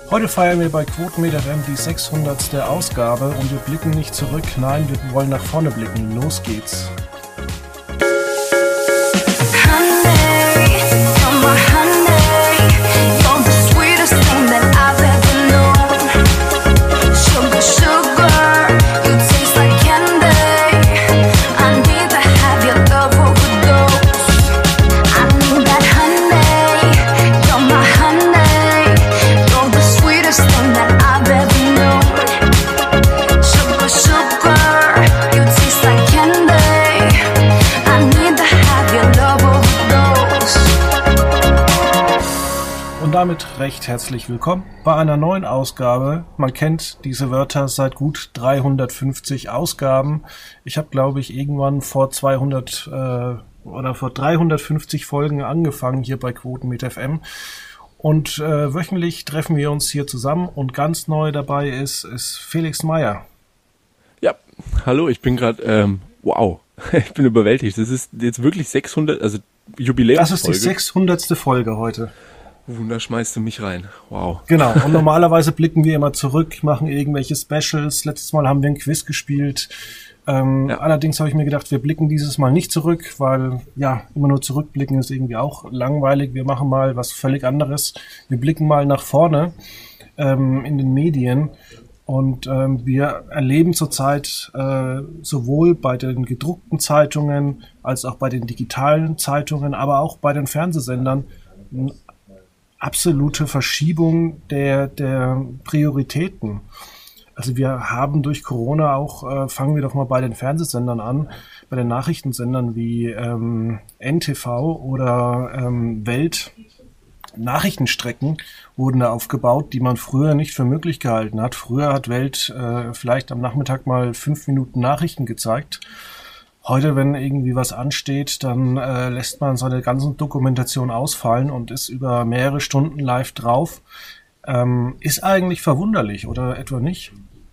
Heute feiern wir bei Quotenmeter FM die 600. Ausgabe und wir blicken nicht zurück, nein, wir wollen nach vorne blicken. Los geht's! Damit recht herzlich willkommen bei einer neuen Ausgabe. Man kennt diese Wörter seit gut 350 Ausgaben. Ich habe, glaube ich, irgendwann vor 350 Folgen angefangen hier bei Quotenmeter FM. Und wöchentlich treffen wir uns hier zusammen und ganz neu dabei ist Felix Meyer. Ja, hallo, ich bin gerade, wow, ich bin überwältigt. Das ist jetzt wirklich 600, also Jubiläumsfolge. Das ist die 600. Folge heute. Da schmeißt du mich rein. Wow. Genau. Und normalerweise blicken wir immer zurück, machen irgendwelche Specials. Letztes Mal haben wir ein Quiz gespielt. Allerdings habe ich mir gedacht, wir blicken dieses Mal nicht zurück, weil ja, immer nur zurückblicken ist irgendwie auch langweilig. Wir machen mal was völlig anderes. Wir blicken mal nach vorne in den Medien. Und wir erleben zurzeit sowohl bei den gedruckten Zeitungen als auch bei den digitalen Zeitungen, aber auch bei den Fernsehsendern absolute Verschiebung der Prioritäten. Also wir haben durch Corona auch, fangen wir doch mal bei den Fernsehsendern an, bei den Nachrichtensendern wie NTV oder Welt. Nachrichtenstrecken wurden da aufgebaut, die man früher nicht für möglich gehalten hat. Früher hat Welt vielleicht am Nachmittag mal 5 Minuten Nachrichten gezeigt. Heute, wenn irgendwie was ansteht, dann lässt man seine ganzen Dokumentation ausfallen und ist über mehrere Stunden live drauf. Ist eigentlich verwunderlich, oder etwa nicht?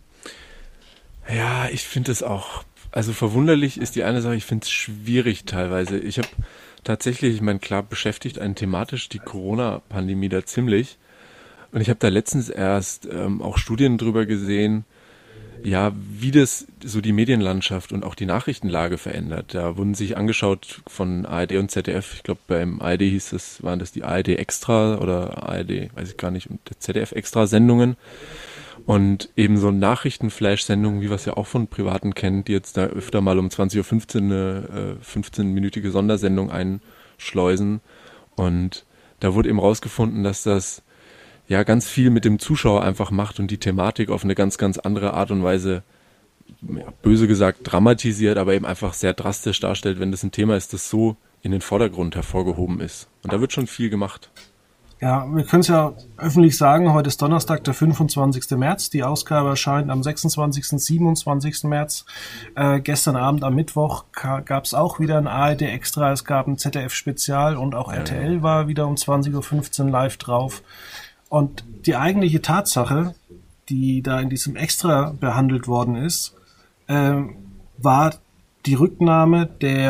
Ja, ich finde es auch, also verwunderlich ist die eine Sache, ich finde es schwierig teilweise. Ich habe tatsächlich, ich meine, klar beschäftigt einen thematisch die Corona-Pandemie da ziemlich. Und ich habe da letztens erst auch Studien drüber gesehen, ja, wie das so die Medienlandschaft und auch die Nachrichtenlage verändert. Da wurden sich angeschaut von ARD und ZDF, ich glaube beim ARD waren das die ARD Extra oder ARD, weiß ich gar nicht, und der ZDF Extra Sendungen und eben so Nachrichtenflash-Sendungen, wie wir es ja auch von Privaten kennt, die jetzt da öfter mal um 20.15 Uhr eine 15-minütige Sondersendung einschleusen. Und da wurde eben rausgefunden, dass das ja ganz viel mit dem Zuschauer einfach macht und die Thematik auf eine ganz, ganz andere Art und Weise, ja, böse gesagt, dramatisiert, aber eben einfach sehr drastisch darstellt, wenn das ein Thema ist, das so in den Vordergrund hervorgehoben ist. Und da wird schon viel gemacht. Ja, wir können es ja öffentlich sagen, heute ist Donnerstag, der 25. März. Die Ausgabe erscheint am 26., 27. März. Gestern Abend am Mittwoch gab es auch wieder ein ARD Extra, es gab ein ZDF Spezial und auch RTL war wieder um 20.15 Uhr live drauf. Und die eigentliche Tatsache, die da in diesem Extra behandelt worden ist, war die Rücknahme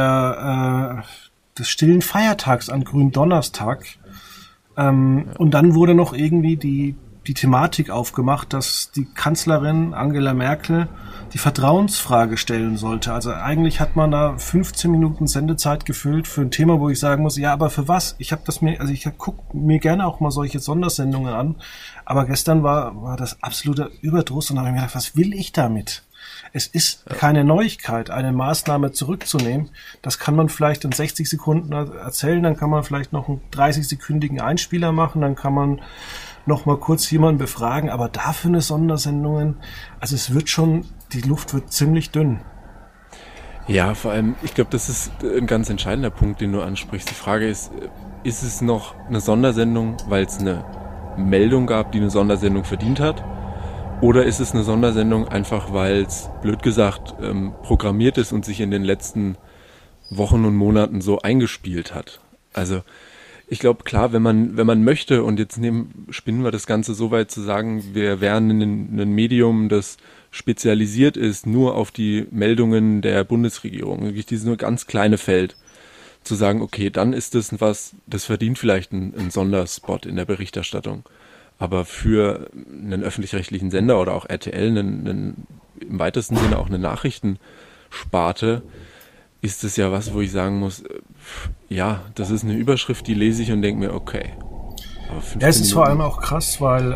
des stillen Feiertags an Gründonnerstag. Und dann wurde noch irgendwie die Thematik aufgemacht, dass die Kanzlerin Angela Merkel die Vertrauensfrage stellen sollte. Also eigentlich hat man da 15 Minuten Sendezeit gefüllt für ein Thema, wo ich sagen muss, ja, aber für was? Ich gucke mir gerne auch mal solche Sondersendungen an, aber gestern war das absoluter Überdruss und da habe ich mir gedacht, was will ich damit? Es ist keine Neuigkeit, eine Maßnahme zurückzunehmen. Das kann man vielleicht in 60 Sekunden erzählen, dann kann man vielleicht noch einen 30-sekündigen Einspieler machen, dann kann man noch mal kurz jemanden befragen, aber dafür eine Sondersendung, also die Luft wird ziemlich dünn. Ja, vor allem, ich glaube, das ist ein ganz entscheidender Punkt, den du ansprichst. Die Frage ist es noch eine Sondersendung, weil es eine Meldung gab, die eine Sondersendung verdient hat? Oder ist es eine Sondersendung einfach, weil es, blöd gesagt, programmiert ist und sich in den letzten Wochen und Monaten so eingespielt hat? Also ich glaube, klar, wenn man möchte, und jetzt spinnen wir das Ganze so weit zu sagen, wir wären ein Medium, das spezialisiert ist nur auf die Meldungen der Bundesregierung, wirklich dieses nur ganz kleine Feld, zu sagen, okay, dann ist das was, das verdient vielleicht einen Sonderspot in der Berichterstattung. Aber für einen öffentlich-rechtlichen Sender oder auch RTL, im weitesten Sinne auch eine Nachrichtensparte, ist es ja was, wo ich sagen muss, ja, das ist eine Überschrift, die lese ich und denke mir, okay. Aber Ja, es ist vor allem auch krass, weil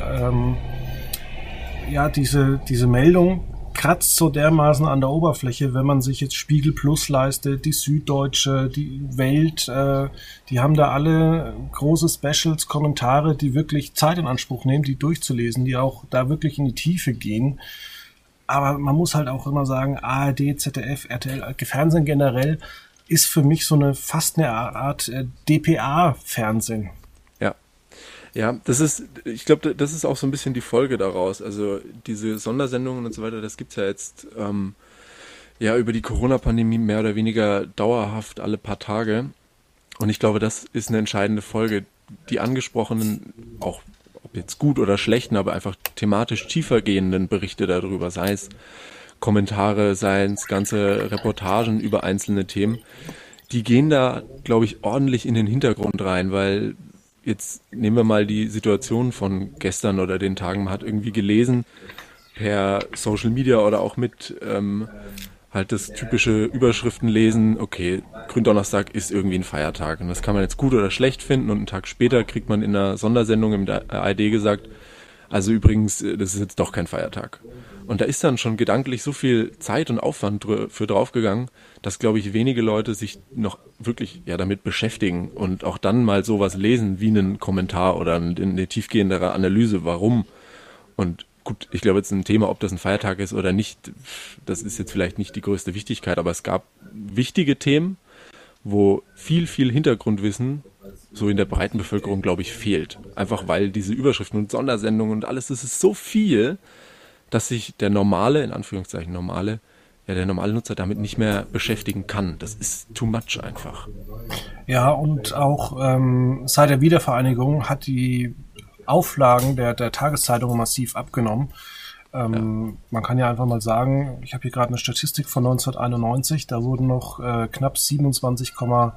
diese Meldung kratzt so dermaßen an der Oberfläche, wenn man sich jetzt Spiegel Plus leistet, die Süddeutsche, die Welt, die haben da alle große Specials, Kommentare, die wirklich Zeit in Anspruch nehmen, die durchzulesen, die auch da wirklich in die Tiefe gehen. Aber man muss halt auch immer sagen, ARD, ZDF, RTL, Fernsehen generell ist für mich fast eine Art DPA-Fernsehen. Ja, ich glaube, das ist auch so ein bisschen die Folge daraus. Also diese Sondersendungen und so weiter, das gibt's ja jetzt über die Corona-Pandemie mehr oder weniger dauerhaft alle paar Tage. Und ich glaube, das ist eine entscheidende Folge. Die angesprochenen, auch ob jetzt gut oder schlechten, aber einfach thematisch tiefergehenden Berichte darüber, sei es Kommentare, sei es ganze Reportagen über einzelne Themen, die gehen da, glaube ich, ordentlich in den Hintergrund rein, weil jetzt nehmen wir mal die Situation von gestern oder den Tagen, man hat irgendwie gelesen per Social Media oder auch mit halt das typische Überschriften lesen, okay, Gründonnerstag ist irgendwie ein Feiertag und das kann man jetzt gut oder schlecht finden und einen Tag später kriegt man in einer Sondersendung im ARD gesagt, also übrigens, das ist jetzt doch kein Feiertag. Und da ist dann schon gedanklich so viel Zeit und Aufwand für draufgegangen, dass, glaube ich, wenige Leute sich noch wirklich damit beschäftigen und auch dann mal sowas lesen wie einen Kommentar oder eine tiefgehendere Analyse, warum. Und gut, ich glaube jetzt ein Thema, ob das ein Feiertag ist oder nicht, das ist jetzt vielleicht nicht die größte Wichtigkeit, aber es gab wichtige Themen, wo viel Hintergrundwissen so in der breiten Bevölkerung, glaube ich, fehlt. Einfach weil diese Überschriften und Sondersendungen und alles, das ist so viel, dass sich der normale, in Anführungszeichen der normale Nutzer damit nicht mehr beschäftigen kann. Das ist too much einfach. Ja, und auch seit der Wiedervereinigung hat die Auflagen der Tageszeitung massiv abgenommen. Man kann ja einfach mal sagen, ich habe hier gerade eine Statistik von 1991, da wurden noch knapp 27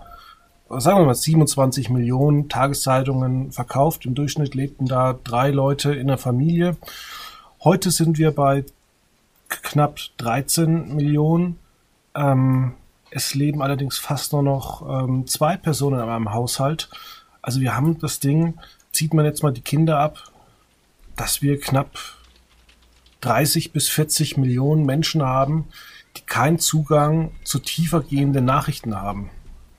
Millionen Tageszeitungen verkauft. Im Durchschnitt lebten da 3 Leute in der Familie. Heute sind wir bei knapp 13 Millionen. Es leben allerdings fast nur noch 2 Personen in einem Haushalt. Also wir haben das Ding, zieht man jetzt mal die Kinder ab, dass wir knapp 30 bis 40 Millionen Menschen haben, die keinen Zugang zu tiefergehenden Nachrichten haben.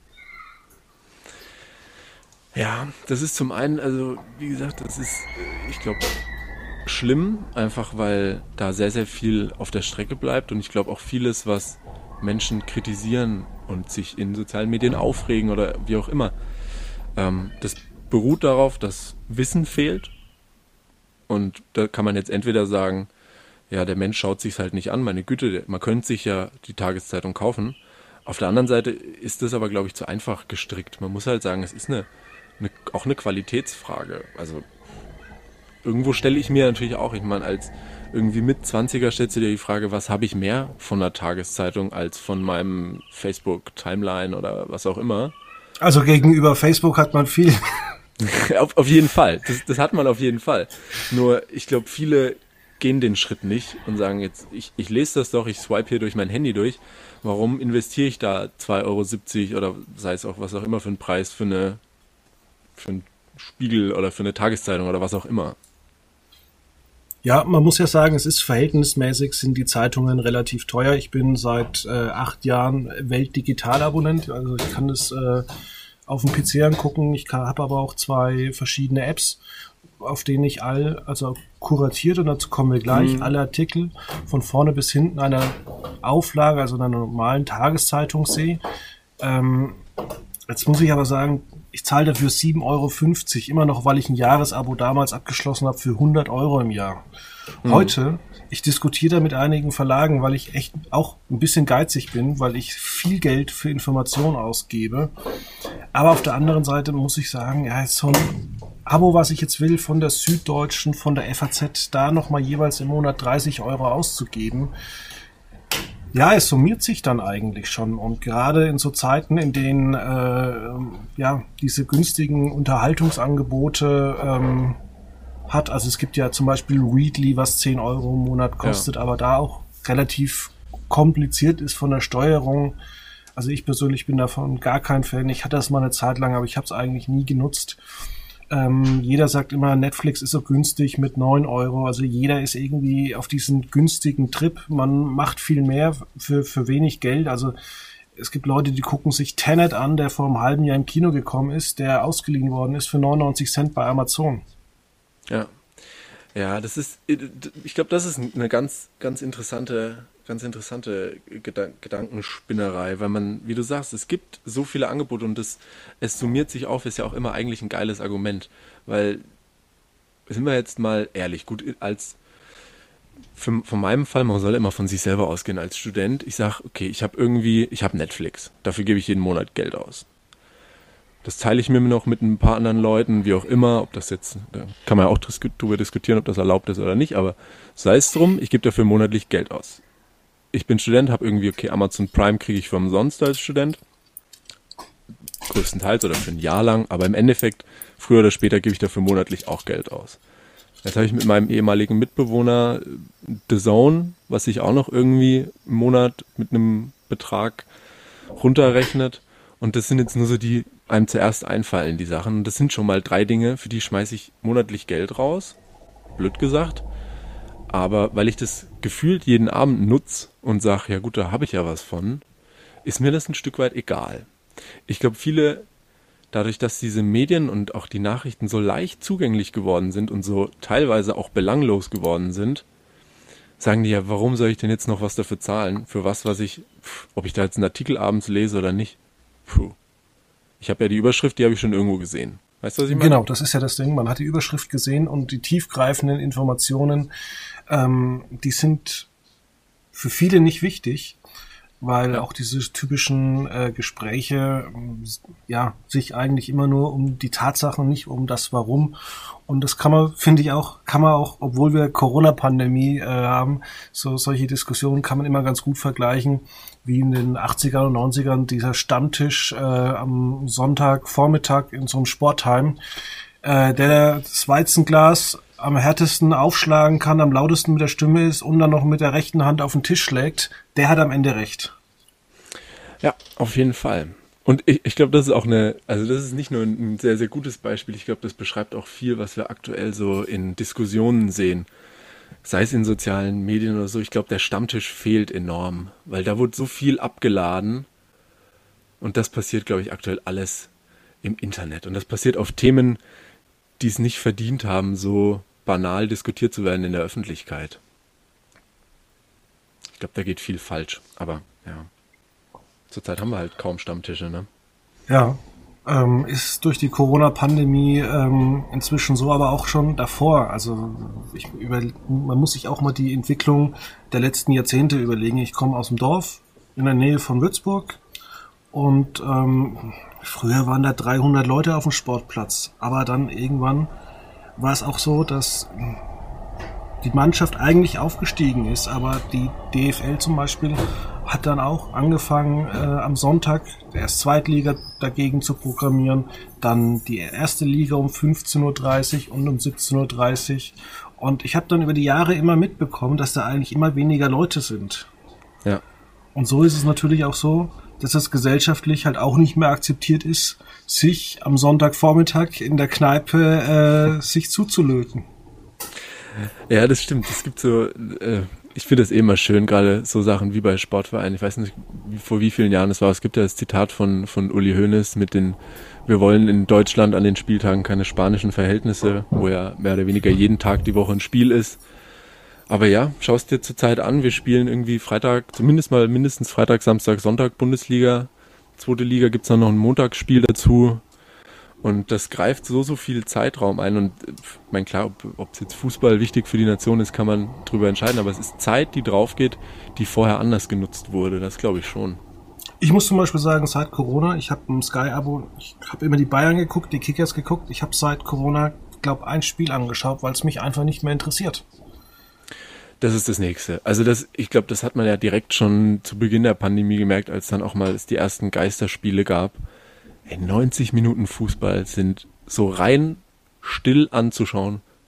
Ja, das ist zum einen, also wie gesagt, das ist, ich glaube, schlimm, einfach weil da sehr viel auf der Strecke bleibt und ich glaube auch vieles, was Menschen kritisieren und sich in sozialen Medien aufregen oder wie auch immer, das beruht darauf, dass Wissen fehlt und da kann man jetzt entweder sagen, ja, der Mensch schaut sich's halt nicht an, meine Güte, man könnte sich ja die Tageszeitung kaufen. Auf der anderen Seite ist das aber, glaube ich, zu einfach gestrickt. Man muss halt sagen, es ist auch eine Qualitätsfrage. Also irgendwo stelle ich mir natürlich auch, ich meine, als irgendwie mit 20er stellst du dir die Frage, was habe ich mehr von einer Tageszeitung als von meinem Facebook-Timeline oder was auch immer. Also gegenüber Facebook hat man viel. auf jeden Fall, das hat man auf jeden Fall. Nur ich glaube, viele gehen den Schritt nicht und sagen jetzt, ich lese das doch, ich swipe hier durch mein Handy durch. Warum investiere ich da 2,70 € oder sei es auch was auch immer für einen Preis für einen Spiegel oder für eine Tageszeitung oder was auch immer? Ja, man muss ja sagen, es ist verhältnismäßig, sind die Zeitungen relativ teuer. Ich bin seit 8 Jahren Weltdigital-Abonnent, also ich kann das auf dem PC angucken. Ich habe aber auch 2 verschiedene Apps, auf denen ich also kuratiert, und dazu kommen wir gleich, alle Artikel von vorne bis hinten einer Auflage, also einer normalen Tageszeitung sehe. Jetzt muss ich aber sagen, ich zahle dafür 7,50 € immer noch, weil ich ein Jahresabo damals abgeschlossen habe für 100 € im Jahr. Heute, ich diskutiere da mit einigen Verlagen, weil ich echt auch ein bisschen geizig bin, weil ich viel Geld für Informationen ausgebe. Aber auf der anderen Seite muss ich sagen, ja, so ein Abo, was ich jetzt will, von der Süddeutschen, von der FAZ, da nochmal jeweils im Monat 30 € auszugeben, ja, es summiert sich dann eigentlich schon. Und gerade in so Zeiten, in denen diese günstigen Unterhaltungsangebote hat. Also es gibt ja zum Beispiel Readly, was 10 Euro im Monat kostet, aber da auch relativ kompliziert ist von der Steuerung. Also ich persönlich bin davon gar kein Fan. Ich hatte das mal eine Zeit lang, aber ich habe es eigentlich nie genutzt. Jeder sagt immer, Netflix ist so günstig mit 9 Euro. Also jeder ist irgendwie auf diesen günstigen Trip. Man macht viel mehr für wenig Geld. Also es gibt Leute, die gucken sich Tenet an, der vor einem halben Jahr im Kino gekommen ist, der ausgeliehen worden ist für 99 Cent bei Amazon. Ja. Ja, ich glaube, das ist eine ganz interessante Gedankenspinnerei, weil man, wie du sagst, es gibt so viele Angebote und es summiert sich auf, ist ja auch immer eigentlich ein geiles Argument, weil, sind wir jetzt mal ehrlich, gut, von meinem Fall, man soll immer von sich selber ausgehen als Student, ich sag, okay, ich habe Netflix, dafür gebe ich jeden Monat Geld aus. Das teile ich mir noch mit ein paar anderen Leuten, wie auch immer, ob das jetzt, da kann man ja auch drüber diskutieren, ob das erlaubt ist oder nicht, aber sei es drum, ich gebe dafür monatlich Geld aus. Ich bin Student, habe irgendwie, okay, Amazon Prime kriege ich für umsonst als Student, größtenteils oder für ein Jahr lang, aber im Endeffekt, früher oder später gebe ich dafür monatlich auch Geld aus. Jetzt habe ich mit meinem ehemaligen Mitbewohner DAZN, was sich auch noch irgendwie im Monat mit einem Betrag runterrechnet. Und das sind jetzt nur so die einem zuerst einfallen, die Sachen. Und das sind schon mal 3 Dinge, für die schmeiße ich monatlich Geld raus. Blöd gesagt. Aber weil ich das gefühlt jeden Abend nutze und sage, ja gut, da habe ich ja was von, ist mir das ein Stück weit egal. Ich glaube, viele, dadurch, dass diese Medien und auch die Nachrichten so leicht zugänglich geworden sind und so teilweise auch belanglos geworden sind, sagen die ja, warum soll ich denn jetzt noch was dafür zahlen? Für was ob ich da jetzt einen Artikel abends lese oder nicht? Puh. Ich habe ja die Überschrift, die habe ich schon irgendwo gesehen. Weißt du, was ich meine? Genau, das ist ja das Ding. Man hat die Überschrift gesehen und die tiefgreifenden Informationen, die sind für viele nicht wichtig, weil auch diese typischen Gespräche sich eigentlich immer nur um die Tatsachen, nicht um das Warum. Und das kann man auch, obwohl wir Corona-Pandemie haben, solche Diskussionen kann man immer ganz gut vergleichen, wie in den 80ern und 90ern dieser Stammtisch am Sonntagvormittag in so einem Sportheim, der das Weizenglas am härtesten aufschlagen kann, am lautesten mit der Stimme ist und dann noch mit der rechten Hand auf den Tisch schlägt, der hat am Ende recht. Ja, auf jeden Fall. Und ich glaube, das ist auch das ist nicht nur ein sehr, sehr gutes Beispiel, ich glaube, das beschreibt auch viel, was wir aktuell so in Diskussionen sehen. Sei es in sozialen Medien oder so, ich glaube, der Stammtisch fehlt enorm, weil da wurde so viel abgeladen und das passiert, glaube ich, aktuell alles im Internet. Und das passiert auf Themen, die es nicht verdient haben, so banal diskutiert zu werden in der Öffentlichkeit. Ich glaube, da geht viel falsch, aber ja. Zurzeit haben wir halt kaum Stammtische, ne? Ja, ist durch die Corona-Pandemie inzwischen so, aber auch schon davor. Also man muss sich auch mal die Entwicklung der letzten Jahrzehnte überlegen. Ich komme aus dem Dorf in der Nähe von Würzburg und früher waren da 300 Leute auf dem Sportplatz. Aber dann irgendwann war es auch so, dass die Mannschaft eigentlich aufgestiegen ist, aber die DFL zum Beispiel hat dann auch angefangen, am Sonntag erst Zweitliga dagegen zu programmieren, dann die erste Liga um 15:30 Uhr und um 17:30 Uhr. Und ich habe dann über die Jahre immer mitbekommen, dass da eigentlich immer weniger Leute sind. Ja. Und so ist es natürlich auch so, dass es gesellschaftlich halt auch nicht mehr akzeptiert ist, sich am Sonntagvormittag in der Kneipe sich zuzulöten. Ja, das stimmt. Es gibt so, ich finde das eh immer schön, gerade so Sachen wie bei Sportvereinen. Ich weiß nicht, vor wie vielen Jahren es war. Es gibt ja das Zitat von Uli Hoeneß mit wir wollen in Deutschland an den Spieltagen keine spanischen Verhältnisse, wo ja mehr oder weniger jeden Tag die Woche ein Spiel ist. Aber ja, schau es dir zurzeit an. Wir spielen irgendwie mindestens Freitag, Samstag, Sonntag Bundesliga. Zweite Liga gibt's dann noch ein Montagsspiel dazu. Und das greift so viel Zeitraum ein. Und ich meine, klar, ob jetzt Fußball wichtig für die Nation ist, kann man drüber entscheiden. Aber es ist Zeit, die drauf geht, die vorher anders genutzt wurde. Das glaube ich schon. Ich muss zum Beispiel sagen, seit Corona, ich habe ein Sky-Abo, ich habe immer die Bayern geguckt, die Kickers geguckt. Ich habe seit Corona, glaube ein Spiel angeschaut, weil es mich einfach nicht mehr interessiert. Das ist das Nächste. Also ich glaube, das hat man ja direkt schon zu Beginn der Pandemie gemerkt, als dann auch mal es die ersten Geisterspiele gab. 90 Minuten Fußball sind so rein still anzuschauen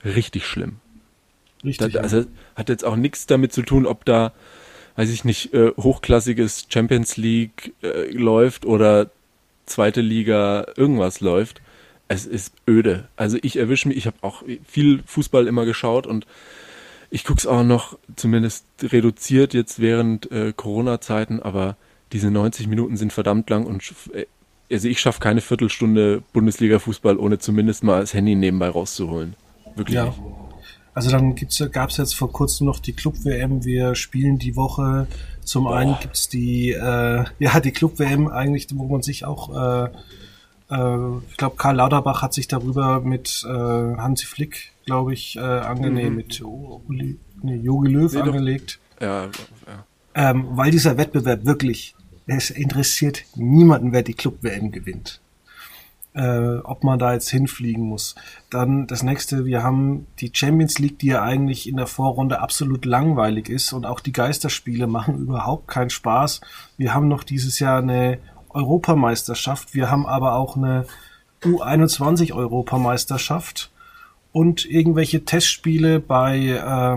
richtig schlimm. Richtig. Also hat jetzt auch nichts damit zu tun, ob da, weiß ich nicht, hochklassiges Champions League läuft oder zweite Liga irgendwas läuft. Es ist öde. Also ich erwische mich, ich habe auch viel Fußball immer geschaut und ich gucke es auch noch zumindest reduziert jetzt während Corona-Zeiten, aber diese 90 Minuten sind verdammt lang und also ich schaffe keine Viertelstunde Bundesliga-Fußball, ohne zumindest mal das Handy nebenbei rauszuholen. Wirklich Ja. nicht. Also dann gab es jetzt vor kurzem noch die Club-WM. Wir spielen die Woche. Zum einen gibt's die Club-WM eigentlich, wo man sich auch ich glaube, Karl Lauterbach hat sich darüber mit Hansi Flick, glaube ich, mit Jogi Löw angelegt. Ja. Weil dieser Wettbewerb wirklich, es interessiert niemanden, wer die Club-WM gewinnt. Ob man da jetzt hinfliegen muss. Dann das nächste, wir haben die Champions League, die ja eigentlich in der Vorrunde absolut langweilig ist und auch die Geisterspiele machen überhaupt keinen Spaß. Wir haben noch dieses Jahr eine Europameisterschaft, wir haben aber auch eine U21-Europameisterschaft und irgendwelche Testspiele bei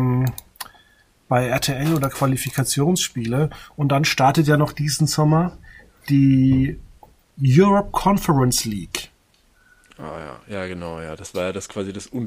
RTL oder Qualifikationsspiele. Und dann startet ja noch diesen Sommer die Europe Conference League. Ja, genau, ja. Das war ja das quasi das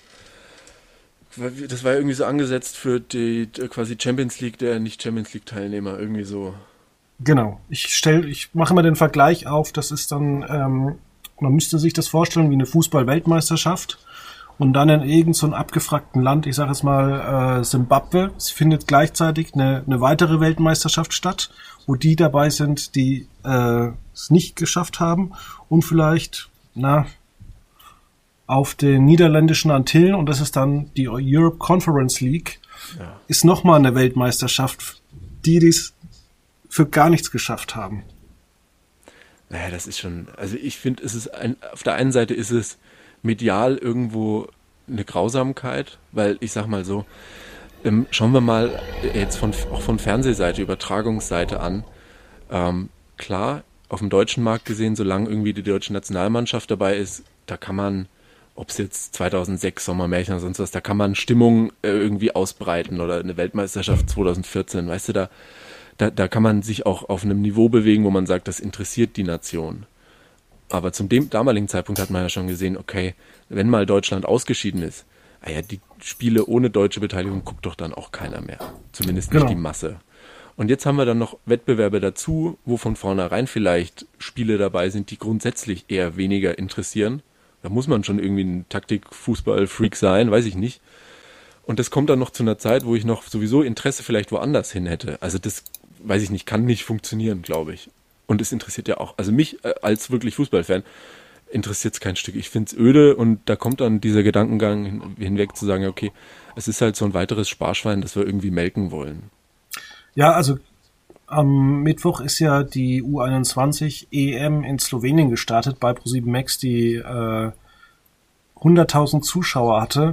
das war ja irgendwie so angesetzt für die quasi Champions League der Nicht-Champions League-Teilnehmer, irgendwie so. Genau. Ich mache mal den Vergleich auf, das ist dann, man müsste sich das vorstellen wie eine Fußball-Weltmeisterschaft und dann in irgend so einem abgefragten Land, ich sage jetzt mal Simbabwe, es findet gleichzeitig eine weitere Weltmeisterschaft statt, wo die dabei sind, die es nicht geschafft haben und vielleicht, auf den niederländischen Antillen, und das ist dann die Europe Conference League, ist nochmal eine Weltmeisterschaft, die dies für gar nichts geschafft haben. Naja, das ist schon, also ich finde, auf der einen Seite ist es medial irgendwo eine Grausamkeit, weil ich sag mal so, schauen wir mal jetzt auch von Fernsehseite, Übertragungsseite an. Klar, auf dem deutschen Markt gesehen, solange irgendwie die deutsche Nationalmannschaft dabei ist, da kann man, ob es jetzt 2006 Sommermärchen oder sonst was, da kann man Stimmung irgendwie ausbreiten oder eine Weltmeisterschaft 2014, weißt du, da kann man sich auch auf einem Niveau bewegen, wo man sagt, das interessiert die Nation. Aber zum damaligen Zeitpunkt hat man ja schon gesehen, okay, wenn mal Deutschland ausgeschieden ist, die Spiele ohne deutsche Beteiligung guckt doch dann auch keiner mehr. Zumindest nicht die Masse. Und jetzt haben wir dann noch Wettbewerbe dazu, wo von vornherein vielleicht Spiele dabei sind, die grundsätzlich eher weniger interessieren. Da muss man schon irgendwie ein Taktik-Fußball-Freak sein, weiß ich nicht. Und das kommt dann noch zu einer Zeit, wo ich noch sowieso Interesse vielleicht woanders hin hätte. Also das, weiß ich nicht, kann nicht funktionieren, glaube ich. Und es interessiert ja auch, also mich als wirklich Fußballfan interessiert es kein Stück. Ich finde es öde und da kommt dann dieser Gedankengang hinweg zu sagen, okay, es ist halt so ein weiteres Sparschwein, das wir irgendwie melken wollen. Ja, also am Mittwoch ist ja die U21 EM in Slowenien gestartet bei ProSieben Max, die 100.000 Zuschauer hatte.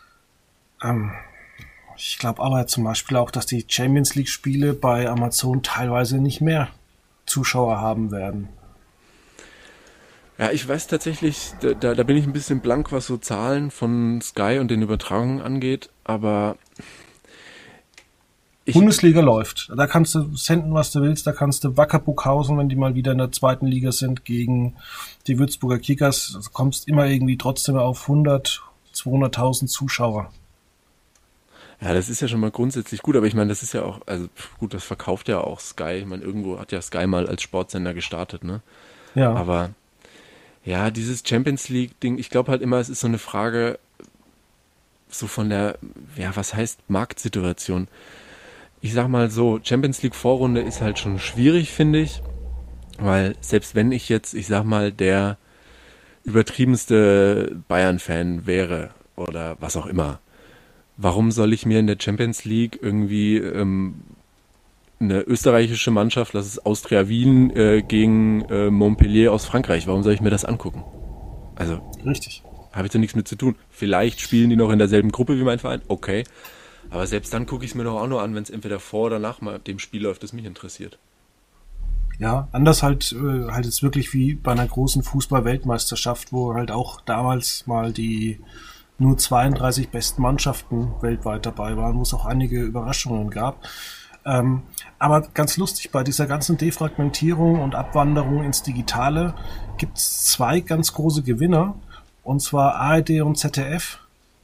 Ich glaube aber zum Beispiel auch, dass die Champions League Spiele bei Amazon teilweise nicht mehr Zuschauer haben werden. Ja, ich weiß tatsächlich, da bin ich ein bisschen blank, was so Zahlen von Sky und den Übertragungen angeht, aber Bundesliga läuft. Da kannst du senden, was du willst. Da kannst du Wacker Burghausen, wenn die mal wieder in der zweiten Liga sind, gegen die Würzburger Kickers. Also kommst immer irgendwie trotzdem auf 100, 200.000 Zuschauer. Ja, das ist ja schon mal grundsätzlich gut, aber ich meine, das ist ja auch, also gut, das verkauft ja auch Sky. Ich meine, irgendwo hat ja Sky mal als Sportsender gestartet, ne? Ja. Aber ja, dieses Champions League-Ding, ich glaube halt immer, es ist so eine Frage so von der, was heißt Marktsituation? Ich sag mal so, Champions League Vorrunde ist halt schon schwierig, finde ich, weil selbst wenn ich jetzt, ich sag mal, der übertriebenste Bayern-Fan wäre oder was auch immer, warum soll ich mir in der Champions League irgendwie eine österreichische Mannschaft, das ist Austria Wien gegen Montpellier aus Frankreich, warum soll ich mir das angucken? Also, richtig. Habe ich da nichts mit zu tun. Vielleicht spielen die noch in derselben Gruppe wie mein Verein, okay. Aber selbst dann gucke ich es mir doch auch nur an, wenn es entweder vor oder nach dem Spiel läuft, das mich interessiert. Ja, anders halt jetzt wirklich wie bei einer großen Fußball-Weltmeisterschaft, wo halt auch damals mal die nur 32 besten Mannschaften weltweit dabei waren, wo es auch einige Überraschungen gab. Aber ganz lustig, bei dieser ganzen Defragmentierung und Abwanderung ins Digitale gibt es zwei ganz große Gewinner, und zwar ARD und ZDF.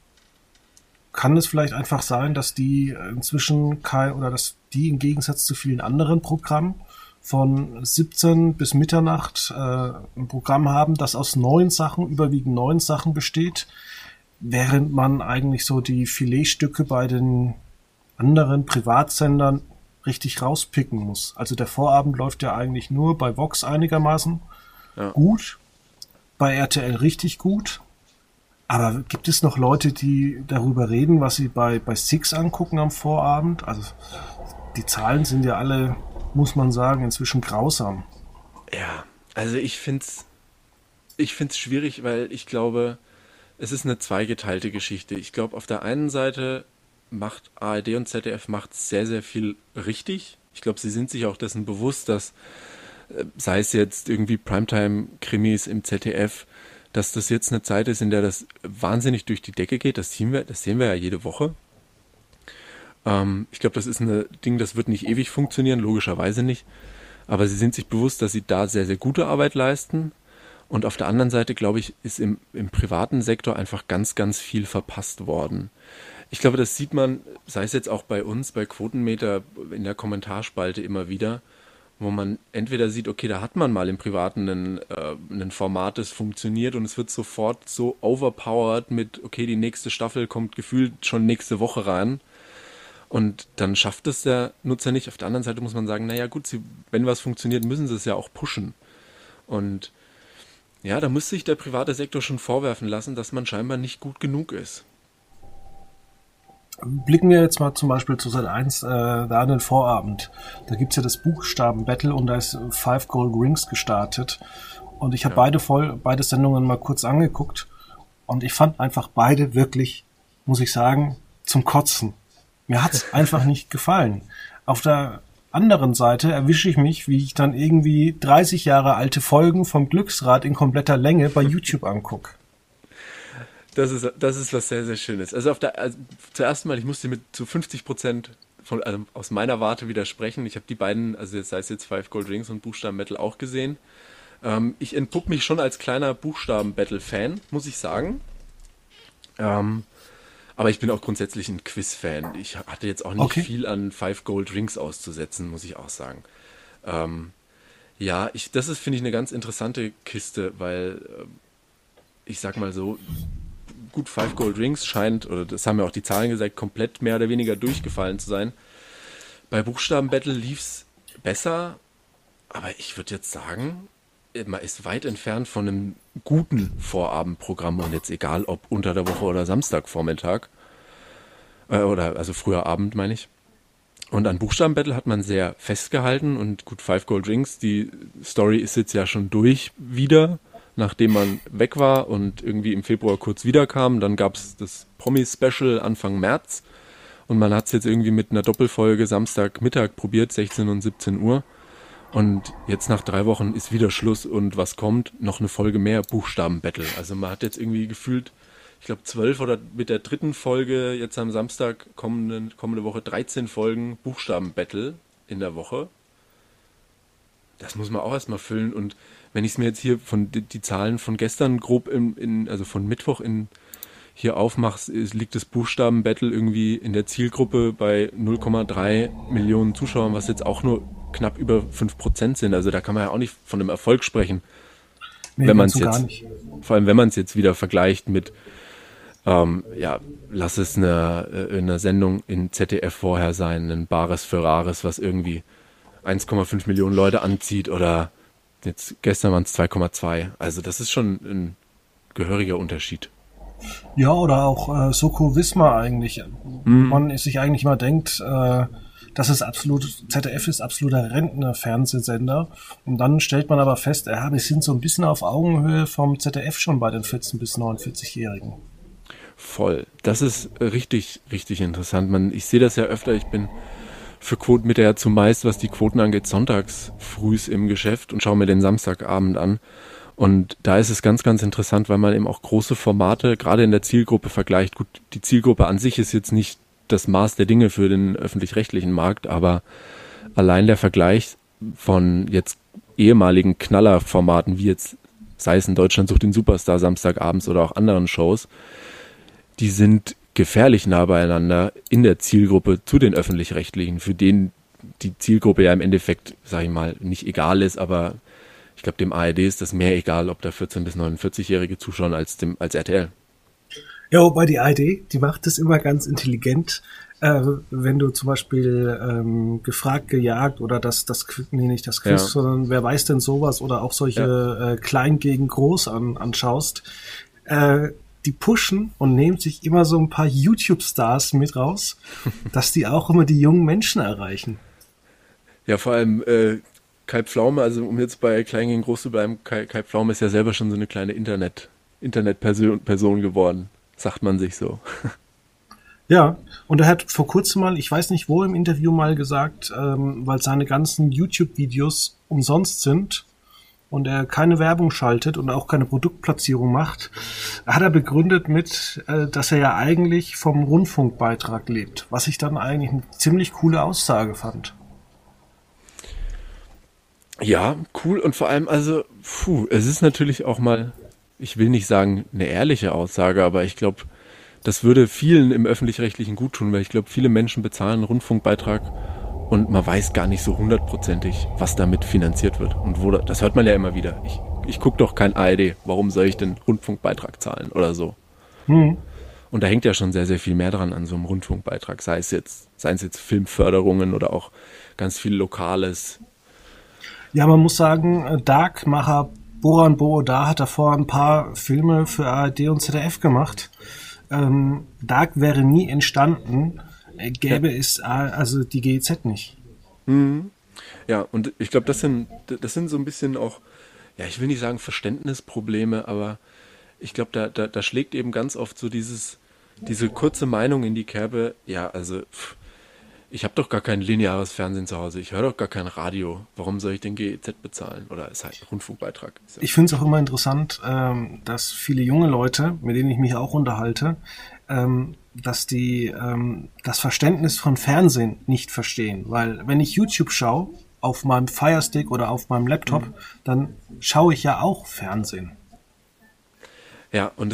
Kann es vielleicht einfach sein, dass die inzwischen dass die im Gegensatz zu vielen anderen Programmen von 17 bis Mitternacht ein Programm haben, das aus überwiegend neuen Sachen besteht, während man eigentlich so die Filetstücke bei den anderen Privatsendern richtig rauspicken muss. Also der Vorabend läuft ja eigentlich nur bei Vox einigermaßen gut, bei RTL richtig gut. Aber gibt es noch Leute, die darüber reden, was sie bei Six angucken am Vorabend? Also die Zahlen sind ja alle, muss man sagen, inzwischen grausam. Ja, also ich find's schwierig, weil ich glaube, es ist eine zweigeteilte Geschichte. Ich glaube, auf der einen Seite macht ARD und ZDF sehr, sehr viel richtig. Ich glaube, sie sind sich auch dessen bewusst, dass, sei es jetzt irgendwie Primetime-Krimis im ZDF, dass das jetzt eine Zeit ist, in der das wahnsinnig durch die Decke geht. Das sehen wir ja jede Woche. Ich glaube, das ist ein Ding, das wird nicht ewig funktionieren, logischerweise nicht. Aber sie sind sich bewusst, dass sie da sehr, sehr gute Arbeit leisten. Und auf der anderen Seite, glaube ich, ist im privaten Sektor einfach ganz, ganz viel verpasst worden. Ich glaube, das sieht man, sei es jetzt auch bei uns, bei Quotenmeter in der Kommentarspalte immer wieder, wo man entweder sieht, okay, da hat man mal im Privaten ein Format, das funktioniert und es wird sofort so overpowered mit, okay, die nächste Staffel kommt gefühlt schon nächste Woche rein und dann schafft es der Nutzer nicht. Auf der anderen Seite muss man sagen, naja gut, wenn was funktioniert, müssen sie es ja auch pushen. Und ja, da muss sich der private Sektor schon vorwerfen lassen, dass man scheinbar nicht gut genug ist. Blicken wir jetzt mal zum Beispiel zu Sat 1 da an den Vorabend. Da gibt's ja das Buchstaben-Battle und da ist 5 Gold Rings gestartet. Und ich habe beide Sendungen mal kurz angeguckt und ich fand einfach beide wirklich, muss ich sagen, zum Kotzen. Mir hat's einfach nicht gefallen. Auf der anderen Seite erwische ich mich, wie ich dann irgendwie 30 Jahre alte Folgen vom Glücksrad in kompletter Länge bei YouTube angucke. Das ist was sehr, sehr Schönes. Also zuerst mal, ich muss dir mit zu 50% aus meiner Warte widersprechen. Ich habe die beiden, also sei es jetzt 5 Gold Rings und Buchstaben-Battle auch gesehen. Ich entpupp mich schon als kleiner Buchstaben-Battle-Fan, muss ich sagen. Aber ich bin auch grundsätzlich ein Quiz-Fan. Ich hatte jetzt auch nicht viel an 5 Gold Rings auszusetzen, muss ich auch sagen. Das ist, finde ich, eine ganz interessante Kiste, weil ich sag mal so, gut, 5 Gold Rings scheint, oder das haben ja auch die Zahlen gesagt, komplett mehr oder weniger durchgefallen zu sein. Bei Buchstaben-Battle lief's besser, aber ich würde jetzt sagen, man ist weit entfernt von einem guten Vorabendprogramm und jetzt egal, ob unter der Woche oder Samstagvormittag, also früher Abend, meine ich. Und an Buchstaben-Battle hat man sehr festgehalten und gut, 5 Gold Rings, die Story ist jetzt ja schon durch wieder, nachdem man weg war und irgendwie im Februar kurz wiederkam. Dann gab es das Promi-Special Anfang März und man hat es jetzt irgendwie mit einer Doppelfolge Samstagmittag probiert, 16 und 17 Uhr. Und jetzt nach 3 Wochen ist wieder Schluss und was kommt? Noch eine Folge mehr Buchstaben-Battle. Also man hat jetzt irgendwie gefühlt, ich glaube 12 oder mit der 3. Folge jetzt am Samstag kommende Woche 13 Folgen Buchstaben-Battle in der Woche. Das muss man auch erstmal füllen und wenn ich es mir jetzt hier von die Zahlen von gestern grob also von Mittwoch hier aufmache, liegt das Buchstaben-Battle irgendwie in der Zielgruppe bei 0,3 Millionen Zuschauern, was jetzt auch nur knapp über 5% sind. Also da kann man ja auch nicht von einem Erfolg sprechen. Nee, wenn man es jetzt, vor allem wenn man es jetzt wieder vergleicht mit, lass es eine Sendung in ZDF vorher sein, ein Bares für Rares, was irgendwie 1,5 Millionen Leute anzieht oder jetzt gestern waren es 2,2. Also das ist schon ein gehöriger Unterschied. Ja, oder auch Soko Wismar eigentlich. Man sich eigentlich mal denkt, das ist ZDF ist absoluter Rentner-Fernsehsender. Und dann stellt man aber fest, wir sind so ein bisschen auf Augenhöhe vom ZDF schon bei den 14- bis 49-Jährigen. Voll. Das ist richtig, richtig interessant. Ich sehe das ja öfter. Ich bin für Quotenmeter ja zumeist, was die Quoten angeht, sonntags frühs im Geschäft und schaue mir den Samstagabend an. Und da ist es ganz, ganz interessant, weil man eben auch große Formate gerade in der Zielgruppe vergleicht. Gut, die Zielgruppe an sich ist jetzt nicht das Maß der Dinge für den öffentlich-rechtlichen Markt, aber allein der Vergleich von jetzt ehemaligen Knallerformaten, wie jetzt, sei es in Deutschland sucht den Superstar Samstagabends oder auch anderen Shows, die sind gefährlich nah beieinander in der Zielgruppe zu den öffentlich-rechtlichen, für den die Zielgruppe ja im Endeffekt, sag ich mal, nicht egal ist, aber ich glaube, dem ARD ist das mehr egal, ob da 14- bis 49-Jährige zuschauen als RTL. Ja, wobei die ARD, die macht das immer ganz intelligent. Wenn du zum Beispiel gefragt, gejagt oder nicht das Quiz, sondern wer weiß denn sowas oder auch solche Klein gegen Groß anschaust, die pushen und nehmen sich immer so ein paar YouTube-Stars mit raus, dass die auch immer die jungen Menschen erreichen. Ja, vor allem Kai Pflaume, also um jetzt bei Klein gegen Groß zu bleiben, Kai Pflaume ist ja selber schon so eine kleine Internetperson geworden, sagt man sich so. Ja, und er hat vor kurzem mal, ich weiß nicht wo im Interview mal gesagt, weil seine ganzen YouTube-Videos umsonst sind und er keine Werbung schaltet und auch keine Produktplatzierung macht, hat er begründet mit, dass er ja eigentlich vom Rundfunkbeitrag lebt, was ich dann eigentlich eine ziemlich coole Aussage fand. Ja, cool und vor allem, also, es ist natürlich auch mal, ich will nicht sagen eine ehrliche Aussage, aber ich glaube, das würde vielen im Öffentlich-Rechtlichen gut tun, weil ich glaube, viele Menschen bezahlen einen Rundfunkbeitrag und man weiß gar nicht so hundertprozentig, was damit finanziert wird. Und das hört man ja immer wieder. Ich gucke doch kein ARD, warum soll ich denn Rundfunkbeitrag zahlen oder so? Und da hängt ja schon sehr, sehr viel mehr dran an so einem Rundfunkbeitrag, seien es jetzt Filmförderungen oder auch ganz viel Lokales. Ja, man muss sagen, Dark-Macher Boran Boroda hat davor ein paar Filme für ARD und ZDF gemacht. Dark wäre nie entstanden, gäbe es also die GEZ nicht. Ja, und ich glaube, das sind so ein bisschen auch, ja, ich will nicht sagen Verständnisprobleme, aber ich glaube, da schlägt eben ganz oft so diese kurze Meinung in die Kerbe, ja, also ich habe doch gar kein lineares Fernsehen zu Hause, ich höre doch gar kein Radio, warum soll ich den GEZ bezahlen? Oder ist halt ein Rundfunkbeitrag. Ich finde es auch immer interessant, dass viele junge Leute, mit denen ich mich auch unterhalte, dass die das Verständnis von Fernsehen nicht verstehen. Weil wenn ich YouTube schaue, auf meinem Fire Stick oder auf meinem Laptop, dann schaue ich ja auch Fernsehen. Ja, und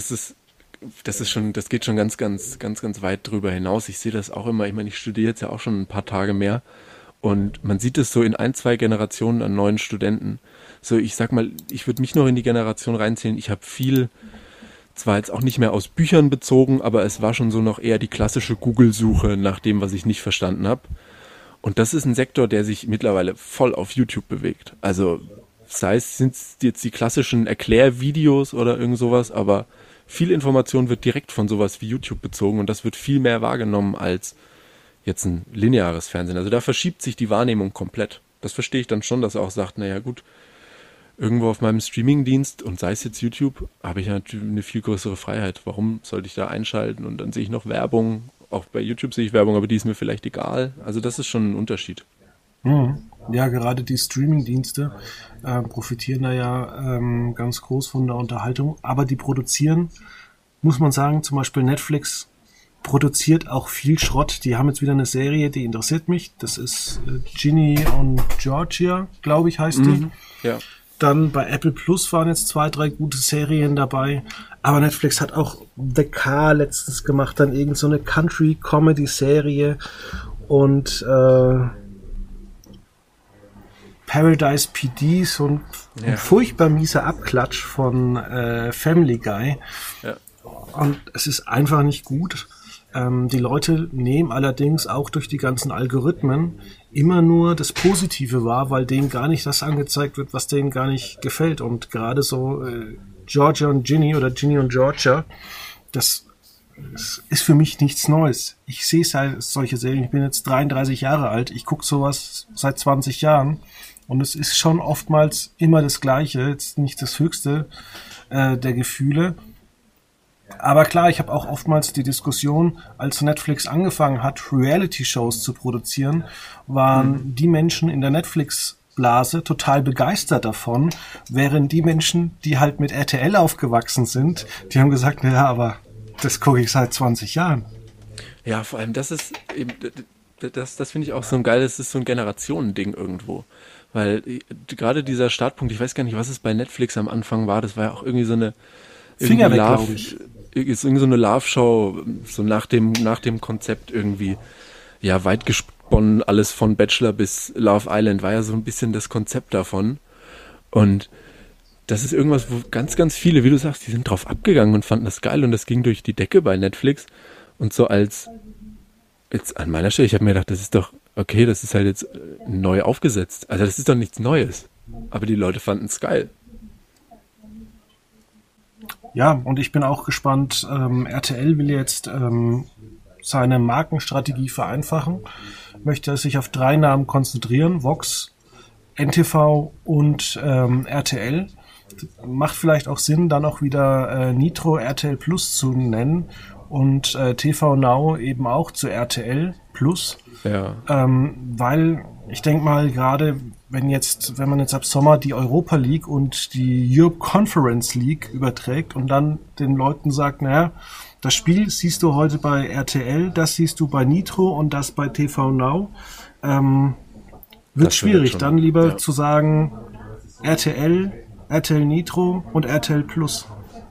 das geht schon ganz, ganz, ganz, ganz weit drüber hinaus. Ich sehe das auch immer, ich meine, ich studiere jetzt ja auch schon ein paar Tage mehr und man sieht es so in 1, 2 Generationen an neuen Studenten. So, ich sag mal, ich würde mich noch in die Generation reinzählen. Ich habe viel, zwar jetzt auch nicht mehr aus Büchern bezogen, aber es war schon so noch eher die klassische Google-Suche nach dem, was ich nicht verstanden habe. Und das ist ein Sektor, der sich mittlerweile voll auf YouTube bewegt. Also sind es jetzt die klassischen Erklärvideos oder irgend sowas, aber viel Information wird direkt von sowas wie YouTube bezogen und das wird viel mehr wahrgenommen als jetzt ein lineares Fernsehen. Also da verschiebt sich die Wahrnehmung komplett. Das verstehe ich dann schon, dass er auch sagt, naja gut, irgendwo auf meinem Streamingdienst und sei es jetzt YouTube, habe ich natürlich eine viel größere Freiheit. Warum sollte ich da einschalten und dann sehe ich noch Werbung? Auch bei YouTube sehe ich Werbung, aber die ist mir vielleicht egal. Also das ist schon ein Unterschied. Ja, gerade die Streaming-Dienste profitieren da ja ganz groß von der Unterhaltung, aber die produzieren, muss man sagen, zum Beispiel Netflix produziert auch viel Schrott. Die haben jetzt wieder eine Serie, die interessiert mich. Das ist Ginny und Georgia, glaube ich, heißt die. Ja. Dann bei Apple Plus waren jetzt 2, 3 gute Serien dabei. Aber Netflix hat auch The Car letztens gemacht, dann irgend so eine Country-Comedy-Serie und Paradise PD, so ein furchtbar mieser Abklatsch von Family Guy. Ja. Und es ist einfach nicht gut. Die Leute nehmen allerdings auch durch die ganzen Algorithmen immer nur das Positive wahr, weil denen gar nicht das angezeigt wird, was denen gar nicht gefällt. Und gerade so Georgia und Ginny oder Ginny und Georgia, das ist für mich nichts Neues. Ich sehe solche Serien, ich bin jetzt 33 Jahre alt, ich gucke sowas seit 20 Jahren und es ist schon oftmals immer das Gleiche, jetzt nicht das Höchste der Gefühle. Aber klar, ich habe auch oftmals die Diskussion, als Netflix angefangen hat, Reality-Shows zu produzieren, waren die Menschen in der Netflix Netflix-Blase total begeistert davon, während die Menschen, die halt mit RTL aufgewachsen sind, die haben gesagt, naja, aber das gucke ich seit 20 Jahren. Ja, vor allem, das ist eben, das finde ich auch so ein geiles, das ist so ein Generationending irgendwo. Weil gerade dieser Startpunkt, ich weiß gar nicht, was es bei Netflix am Anfang war, das war ja auch irgendwie so eine Finger weg, glaube ich. Ist irgendwie so eine Love-Show, so nach dem Konzept irgendwie, ja, weit gesponnen, alles von Bachelor bis Love Island, war ja so ein bisschen das Konzept davon. Und das ist irgendwas, wo ganz, ganz viele, wie du sagst, die sind drauf abgegangen und fanden das geil und das ging durch die Decke bei Netflix. Und so jetzt an meiner Stelle, ich habe mir gedacht, das ist doch, okay, das ist halt jetzt neu aufgesetzt. Also das ist doch nichts Neues. Aber die Leute fanden es geil. Ja, und ich bin auch gespannt, RTL will jetzt seine Markenstrategie vereinfachen, möchte sich auf 3 Namen konzentrieren, Vox, NTV und RTL. Macht vielleicht auch Sinn, dann auch wieder Nitro RTL Plus zu nennen und TV Now eben auch zu RTL Plus. Ja. Weil ich denke mal, gerade wenn man jetzt ab Sommer die Europa League und die Europe Conference League überträgt und dann den Leuten sagt, naja, das Spiel siehst du heute bei RTL, das siehst du bei Nitro und das bei TV Now, wird schwierig. Dann lieber zu sagen RTL Nitro und RTL Plus.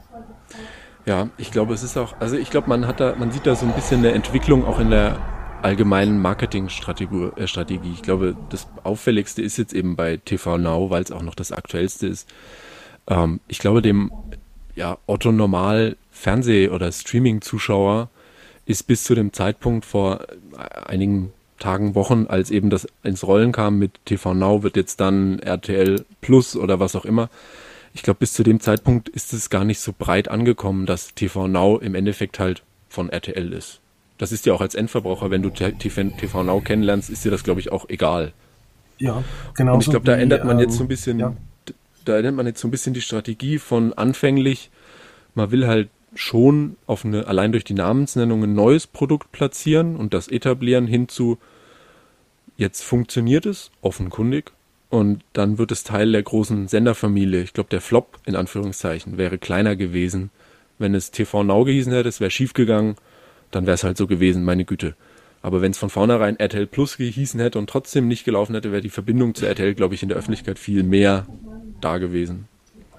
Ja, ich glaube, es ist auch, also ich glaube, man sieht da so ein bisschen eine Entwicklung auch in der allgemeinen Marketingstrategie. Ich glaube, das Auffälligste ist jetzt eben bei TV Now, weil es auch noch das Aktuellste ist. Ich glaube, dem Otto Normal Fernseh- oder Streaming-Zuschauer ist bis zu dem Zeitpunkt vor einigen Tagen, Wochen, als eben das ins Rollen kam mit TV Now, wird jetzt dann RTL Plus oder was auch immer. Ich glaube, bis zu dem Zeitpunkt ist es gar nicht so breit angekommen, dass TV Now im Endeffekt halt von RTL ist. Das ist dir auch als Endverbraucher, wenn du TV Now kennenlernst, ist dir das, glaube ich, auch egal. Ja, genau. Und ich glaube, da ändert man jetzt so ein bisschen, die Strategie von anfänglich, man will halt schon allein durch die Namensnennung ein neues Produkt platzieren und das etablieren hinzu, jetzt funktioniert es, offenkundig, und dann wird es Teil der großen Senderfamilie. Ich glaube, der Flop, in Anführungszeichen, wäre kleiner gewesen, wenn es TV Now gehießen hätte, es wäre schief gegangen, dann wäre es halt so gewesen, meine Güte. Aber wenn es von vornherein RTL Plus gehießen hätte und trotzdem nicht gelaufen hätte, wäre die Verbindung zu RTL, glaube ich, in der Öffentlichkeit viel mehr da gewesen.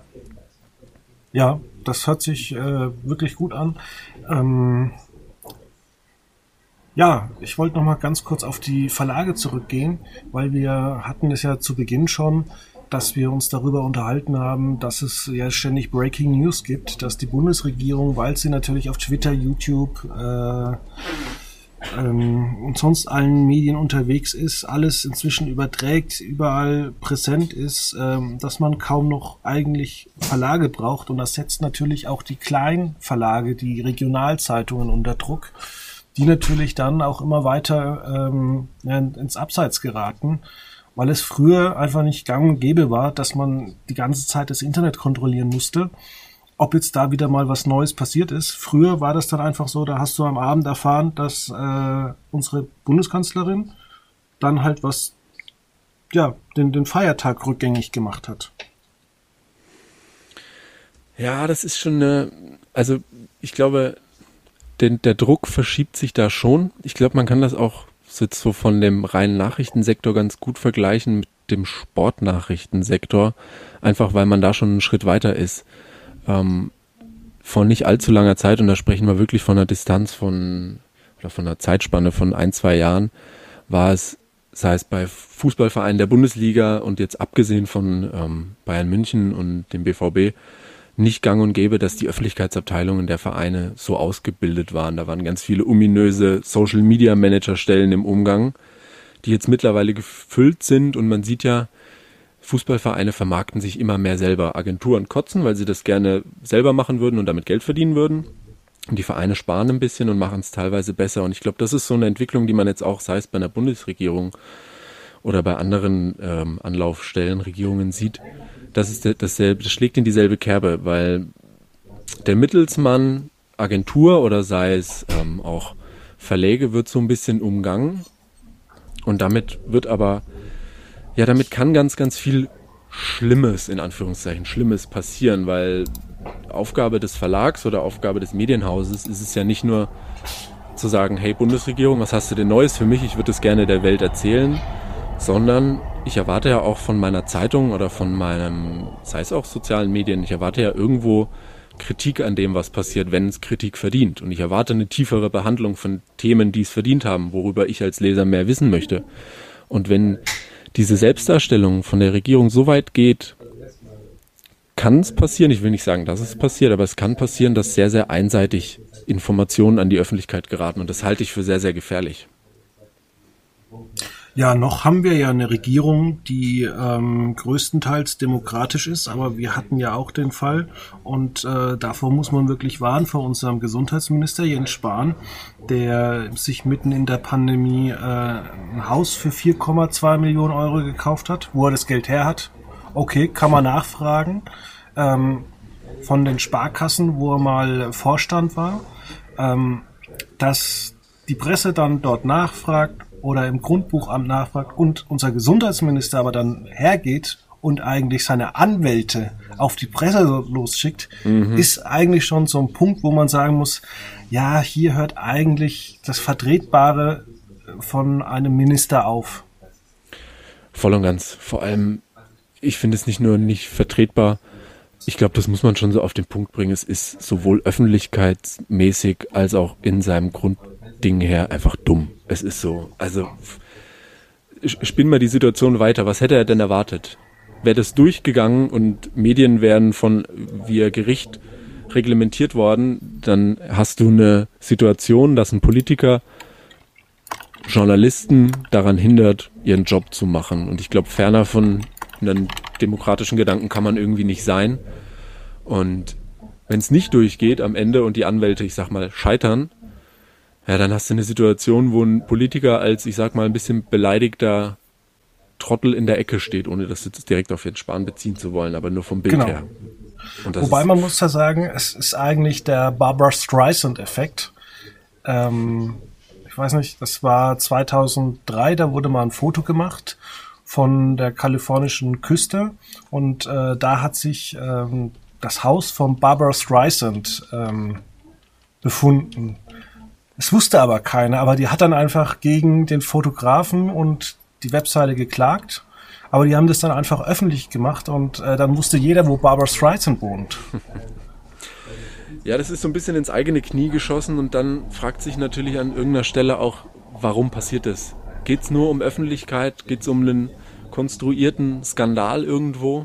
Ja, das hört sich wirklich gut an. Ich wollte noch mal ganz kurz auf die Verlage zurückgehen, weil wir hatten es ja zu Beginn schon, dass wir uns darüber unterhalten haben, dass es ja ständig Breaking News gibt, dass die Bundesregierung, weil sie natürlich auf Twitter, YouTube und sonst allen Medien unterwegs ist, alles inzwischen überträgt, überall präsent ist, dass man kaum noch eigentlich Verlage braucht. Und das setzt natürlich auch die kleinen Verlage, die Regionalzeitungen unter Druck, die natürlich dann auch immer weiter ins Abseits geraten, weil es früher einfach nicht gang und gäbe war, dass man die ganze Zeit das Internet kontrollieren musste, ob jetzt da wieder mal was Neues passiert ist. Früher war das dann einfach so, da hast du am Abend erfahren, dass unsere Bundeskanzlerin dann halt den Feiertag rückgängig gemacht hat. Ja, das ist schon also ich glaube, der Druck verschiebt sich da schon. Ich glaube, man kann das auch jetzt so von dem reinen Nachrichtensektor ganz gut vergleichen mit dem Sportnachrichtensektor, einfach weil man da schon einen Schritt weiter ist. Von nicht allzu langer Zeit, und da sprechen wir wirklich von einer Distanz von einer Zeitspanne von 1-2 Jahren, war es, sei es bei Fußballvereinen der Bundesliga und jetzt abgesehen von Bayern München und dem BVB, nicht gang und gäbe, dass die Öffentlichkeitsabteilungen der Vereine so ausgebildet waren. Da waren ganz viele ominöse Social-Media-Manager-Stellen im Umgang, die jetzt mittlerweile gefüllt sind, und man sieht ja, Fußballvereine vermarkten sich immer mehr selber. Agenturen kotzen, weil sie das gerne selber machen würden und damit Geld verdienen würden. Und die Vereine sparen ein bisschen und machen es teilweise besser. Und ich glaube, das ist so eine Entwicklung, die man jetzt auch, sei es bei einer Bundesregierung oder bei anderen Anlaufstellen, Regierungen sieht. Das schlägt in dieselbe Kerbe, weil der Mittelsmann, Agentur oder sei es auch Verläge, wird so ein bisschen umgangen. Und damit wird aber Ja, damit kann ganz, ganz viel Schlimmes, in Anführungszeichen, Schlimmes passieren, weil Aufgabe des Verlags oder Aufgabe des Medienhauses ist es ja nicht nur zu sagen, hey Bundesregierung, was hast du denn Neues für mich? Ich würde es gerne der Welt erzählen, sondern ich erwarte ja auch von meiner Zeitung oder von meinem, sei es auch sozialen Medien, ich erwarte ja irgendwo Kritik an dem, was passiert, wenn es Kritik verdient. Und ich erwarte eine tiefere Behandlung von Themen, die es verdient haben, worüber ich als Leser mehr wissen möchte. Und wenn diese Selbstdarstellung von der Regierung so weit geht, kann es passieren, ich will nicht sagen, dass es passiert, aber es kann passieren, dass sehr, sehr einseitig Informationen an die Öffentlichkeit geraten. Und das halte ich für sehr, sehr gefährlich. Ja, noch haben wir ja eine Regierung, die größtenteils demokratisch ist, aber wir hatten ja auch den Fall und davor muss man wirklich warnen, vor unserem Gesundheitsminister Jens Spahn, der sich mitten in der Pandemie ein Haus für 4,2 Millionen Euro gekauft hat. Wo er das Geld her hat, okay, kann man nachfragen. Von den Sparkassen, wo er mal Vorstand war, dass die Presse dann dort nachfragt oder im Grundbuchamt nachfragt und unser Gesundheitsminister aber dann hergeht und eigentlich seine Anwälte auf die Presse losschickt, ist eigentlich schon so ein Punkt, wo man sagen muss, ja, hier hört eigentlich das Vertretbare von einem Minister auf. Voll und ganz. Vor allem, ich finde es nicht nur nicht vertretbar, ich glaube, das muss man schon so auf den Punkt bringen. Es ist sowohl öffentlichkeitsmäßig als auch in seinem Grundding her einfach dumm. Es ist so. Also, spinn mal die Situation weiter. Was hätte er denn erwartet? Wäre das durchgegangen und Medien wären von via Gericht reglementiert worden, dann hast du eine Situation, dass ein Politiker Journalisten daran hindert, ihren Job zu machen. Und ich glaube, ferner von einem demokratischen Gedanken kann man irgendwie nicht sein. Und wenn es nicht durchgeht am Ende und die Anwälte, ich sag mal, scheitern, ja, dann hast du eine Situation, wo ein Politiker als, ich sag mal, ein bisschen beleidigter Trottel in der Ecke steht, ohne das jetzt direkt auf Jens Spahn beziehen zu wollen, aber nur vom Bild her. Und das Wobei man muss ja sagen, es ist eigentlich der Barbra Streisand-Effekt. Ich weiß nicht, das war 2003, da wurde mal ein Foto gemacht von der kalifornischen Küste und da hat sich das Haus von Barbra Streisand befunden. Es wusste aber keiner, aber die hat dann einfach gegen den Fotografen und die Webseite geklagt, aber die haben das dann einfach öffentlich gemacht und dann wusste jeder, wo Barbra Streisand wohnt. Ja, das ist so ein bisschen ins eigene Knie geschossen und dann fragt sich natürlich an irgendeiner Stelle auch, warum passiert das? Geht es nur um Öffentlichkeit? Geht es um einen konstruierten Skandal irgendwo?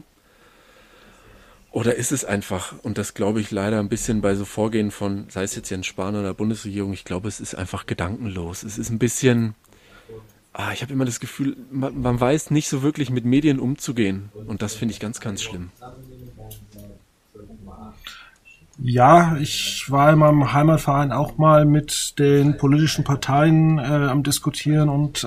Oder ist es einfach, und das glaube ich leider ein bisschen bei so Vorgehen von, sei es jetzt Jens Spahn oder der Bundesregierung, ich glaube, es ist einfach gedankenlos. Es ist ein bisschen, ich habe immer das Gefühl, man weiß nicht so wirklich mit Medien umzugehen. Und das finde ich ganz, ganz schlimm. Ja, ich war in meinem Heimatverein auch mal mit den politischen Parteien am Diskutieren und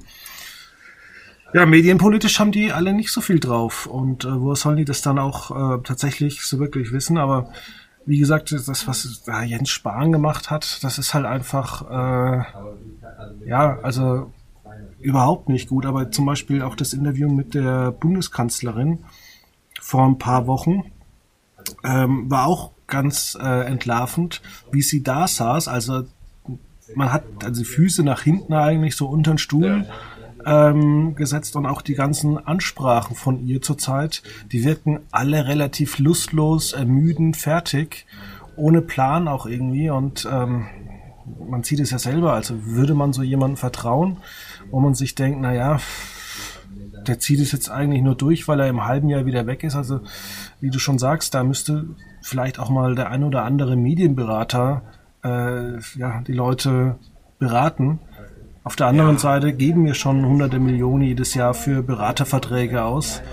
ja, medienpolitisch haben die alle nicht so viel drauf und woher sollen die das dann auch tatsächlich so wirklich wissen, aber wie gesagt, das, was Jens Spahn gemacht hat, das ist halt einfach, ja, also überhaupt nicht gut, aber zum Beispiel auch das Interview mit der Bundeskanzlerin vor ein paar Wochen war auch ganz entlarvend, wie sie da saß, also man hat also die Füße nach hinten eigentlich so unter den Stuhl gesetzt und auch die ganzen Ansprachen von ihr zurzeit, die wirken alle relativ lustlos, ermüdend, fertig, ohne Plan auch irgendwie und man sieht es ja selber, also würde man so jemandem vertrauen, wo man sich denkt, naja, der zieht es jetzt eigentlich nur durch, weil er im halben Jahr wieder weg ist, also wie du schon sagst, da müsste vielleicht auch mal der ein oder andere Medienberater ja, die Leute beraten. Auf der anderen Seite geben wir schon hunderte Millionen jedes Jahr für Beraterverträge aus.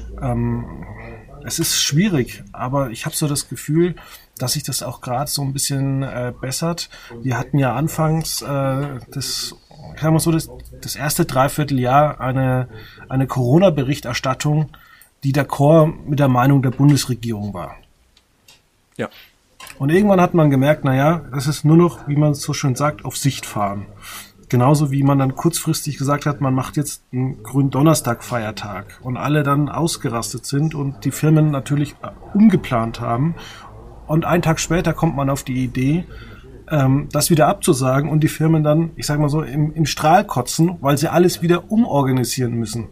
Es ist schwierig, aber ich habe so das Gefühl, dass sich das auch gerade so ein bisschen bessert. Wir hatten ja anfangs das erste Dreivierteljahr eine Corona-Berichterstattung, die d'accord mit der Meinung der Bundesregierung war. Ja. Und irgendwann hat man gemerkt, naja, das ist nur noch, wie man so schön sagt, auf Sicht fahren. Genauso wie man dann kurzfristig gesagt hat, man macht jetzt einen Gründonnerstag-Feiertag und alle dann ausgerastet sind und die Firmen natürlich umgeplant haben. Und einen Tag später kommt man auf die Idee, das wieder abzusagen und die Firmen dann, ich sag mal so, im Strahl kotzen, weil sie alles wieder umorganisieren müssen.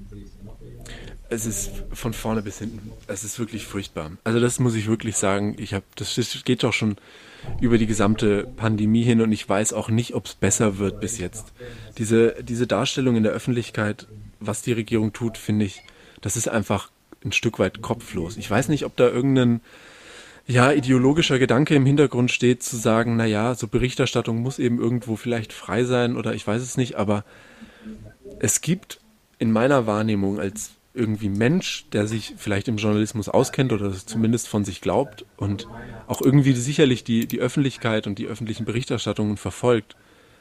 Es ist von vorne bis hinten, es ist wirklich furchtbar. Also das muss ich wirklich sagen, das geht doch schon über die gesamte Pandemie hin und ich weiß auch nicht, ob es besser wird bis jetzt. Diese Darstellung in der Öffentlichkeit, was die Regierung tut, finde ich, das ist einfach ein Stück weit kopflos. Ich weiß nicht, ob da irgendein ideologischer Gedanke im Hintergrund steht, zu sagen, naja, so Berichterstattung muss eben irgendwo vielleicht frei sein oder ich weiß es nicht, aber es gibt in meiner Wahrnehmung als irgendwie Mensch, der sich vielleicht im Journalismus auskennt oder das zumindest von sich glaubt und auch irgendwie sicherlich die Öffentlichkeit und die öffentlichen Berichterstattungen verfolgt,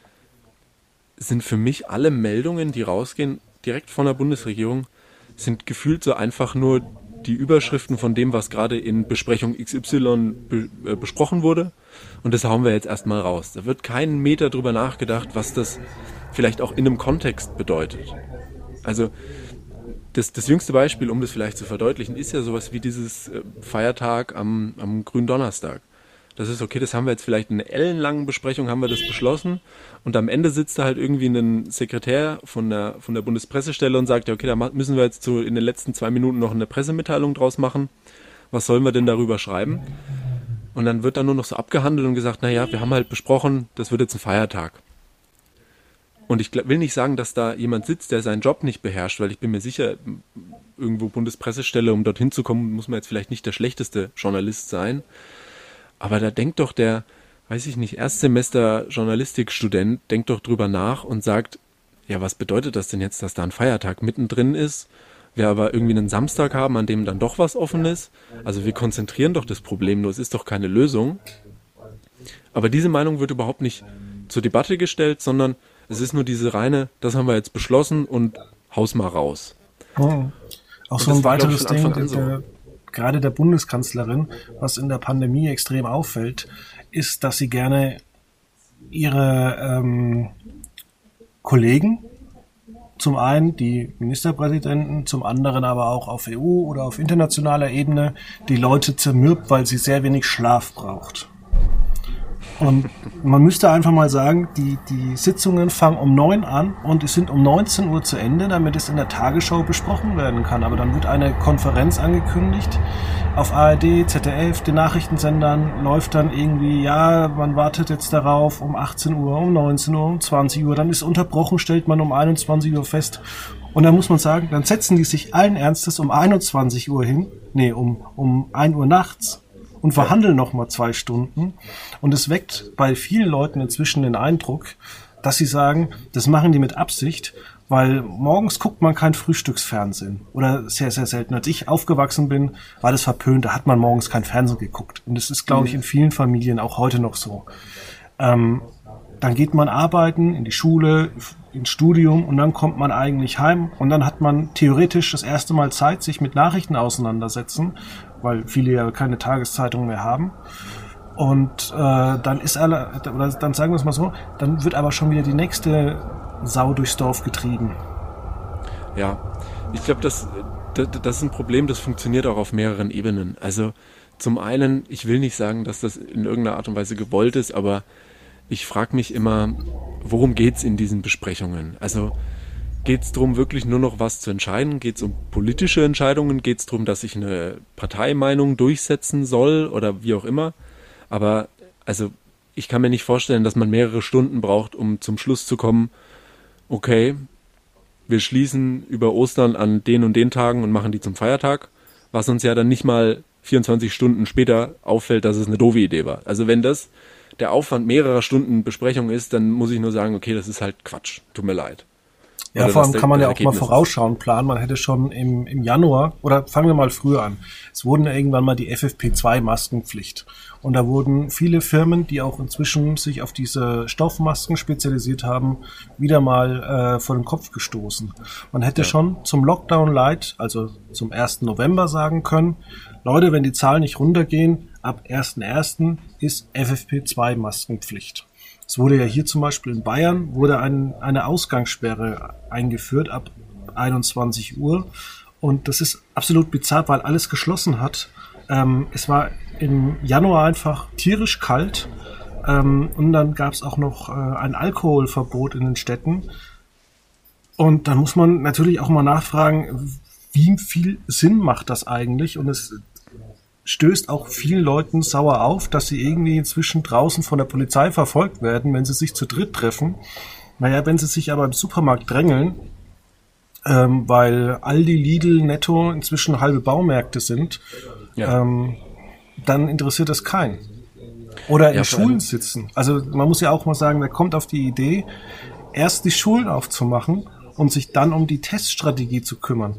sind für mich alle Meldungen, die rausgehen, direkt von der Bundesregierung, sind gefühlt so einfach nur die Überschriften von dem, was gerade in Besprechung XY besprochen wurde und das hauen wir jetzt erstmal raus. Da wird keinen Meter drüber nachgedacht, was das vielleicht auch in einem Kontext bedeutet. Also das jüngste Beispiel, um das vielleicht zu verdeutlichen, ist ja sowas wie dieses Feiertag am Gründonnerstag. Das ist okay, das haben wir jetzt vielleicht in einer ellenlangen Besprechung, haben wir das beschlossen und am Ende sitzt da halt irgendwie ein Sekretär von der Bundespressestelle und sagt, ja okay, da müssen wir jetzt in den letzten 2 Minuten noch eine Pressemitteilung draus machen. Was sollen wir denn darüber schreiben? Und dann wird dann nur noch so abgehandelt und gesagt, naja, wir haben halt besprochen, das wird jetzt ein Feiertag. Und ich will nicht sagen, dass da jemand sitzt, der seinen Job nicht beherrscht, weil ich bin mir sicher, irgendwo Bundespressestelle, um dorthin zu kommen, muss man jetzt vielleicht nicht der schlechteste Journalist sein. Aber da denkt doch der, weiß ich nicht, Erstsemester Journalistikstudent, denkt doch drüber nach und sagt, ja, was bedeutet das denn jetzt, dass da ein Feiertag mittendrin ist, wir aber irgendwie einen Samstag haben, an dem dann doch was offen ist? Also wir konzentrieren doch das Problem, nur es ist doch keine Lösung. Aber diese Meinung wird überhaupt nicht zur Debatte gestellt, sondern es ist nur diese reine, das haben wir jetzt beschlossen und haus mal raus. Oh. Auch so ein weiteres Ding, gerade der Bundeskanzlerin, was in der Pandemie extrem auffällt, ist, dass sie gerne ihre Kollegen, zum einen die Ministerpräsidenten, zum anderen aber auch auf EU- oder auf internationaler Ebene, die Leute zermürbt, weil sie sehr wenig Schlaf braucht. Und man müsste einfach mal sagen, die Sitzungen fangen um 9 an und es sind um 19 Uhr zu Ende, damit es in der Tagesschau besprochen werden kann. Aber dann wird eine Konferenz angekündigt auf ARD, ZDF, den Nachrichtensendern, läuft dann irgendwie, ja, man wartet jetzt darauf um 18 Uhr, um 19 Uhr, um 20 Uhr, dann ist unterbrochen, stellt man um 21 Uhr fest. Und dann muss man sagen, dann setzen die sich allen Ernstes um 21 Uhr hin, um 1 Uhr nachts. Und verhandeln nochmal 2 Stunden. Und es weckt bei vielen Leuten inzwischen den Eindruck, dass sie sagen, das machen die mit Absicht, weil morgens guckt man kein Frühstücksfernsehen. Oder sehr, sehr selten. Als ich aufgewachsen bin, war das verpönt, da hat man morgens kein Fernsehen geguckt. Und das ist, glaube ich, in vielen Familien auch heute noch so. Dann geht man arbeiten, in die Schule, ins Studium und dann kommt man eigentlich heim und dann hat man theoretisch das erste Mal Zeit, sich mit Nachrichten auseinandersetzen, weil viele ja keine Tageszeitung mehr haben. Und dann sagen wir es mal so, dann wird aber schon wieder die nächste Sau durchs Dorf getrieben. Ja, ich glaube, das ist ein Problem, das funktioniert auch auf mehreren Ebenen. Also zum einen, ich will nicht sagen, dass das in irgendeiner Art und Weise gewollt ist, aber ich frage mich immer, worum geht's in diesen Besprechungen? Also geht es darum, wirklich nur noch was zu entscheiden? Geht es um politische Entscheidungen? Geht es darum, dass ich eine Parteimeinung durchsetzen soll oder wie auch immer? Aber also ich kann mir nicht vorstellen, dass man mehrere Stunden braucht, um zum Schluss zu kommen, okay, wir schließen über Ostern an den und den Tagen und machen die zum Feiertag, was uns ja dann nicht mal 24 Stunden später auffällt, dass es eine doofe Idee war. Also wenn das der Aufwand mehrerer Stunden Besprechung ist, dann muss ich nur sagen, okay, das ist halt Quatsch, tut mir leid. Ja, vor allem kann man ja auch mal vorausschauen, planen. Man hätte schon im Januar, oder fangen wir mal früher an. Es wurden irgendwann mal die FFP2-Maskenpflicht. Und da wurden viele Firmen, die auch inzwischen sich auf diese Stoffmasken spezialisiert haben, wieder mal vor den Kopf gestoßen. Man hätte schon zum Lockdown Light, also zum 1. November sagen können, Leute, wenn die Zahlen nicht runtergehen, ab 1.1. ist FFP2-Maskenpflicht. Es wurde ja hier zum Beispiel in Bayern wurde eine Ausgangssperre eingeführt ab 21 Uhr. Und das ist absolut bizarr, weil alles geschlossen hat. Es war im Januar einfach tierisch kalt. Und dann gab es auch noch ein Alkoholverbot in den Städten. Und dann muss man natürlich auch mal nachfragen, wie viel Sinn macht das eigentlich? Und es stößt auch vielen Leuten sauer auf, dass sie irgendwie inzwischen draußen von der Polizei verfolgt werden, wenn sie sich zu dritt treffen. Naja, wenn sie sich aber im Supermarkt drängeln, weil Aldi, Lidl, Netto inzwischen halbe Baumärkte sind, dann interessiert das keinen. Oder in Schulen sitzen. Also man muss ja auch mal sagen, wer kommt auf die Idee, erst die Schulen aufzumachen und sich dann um die Teststrategie zu kümmern.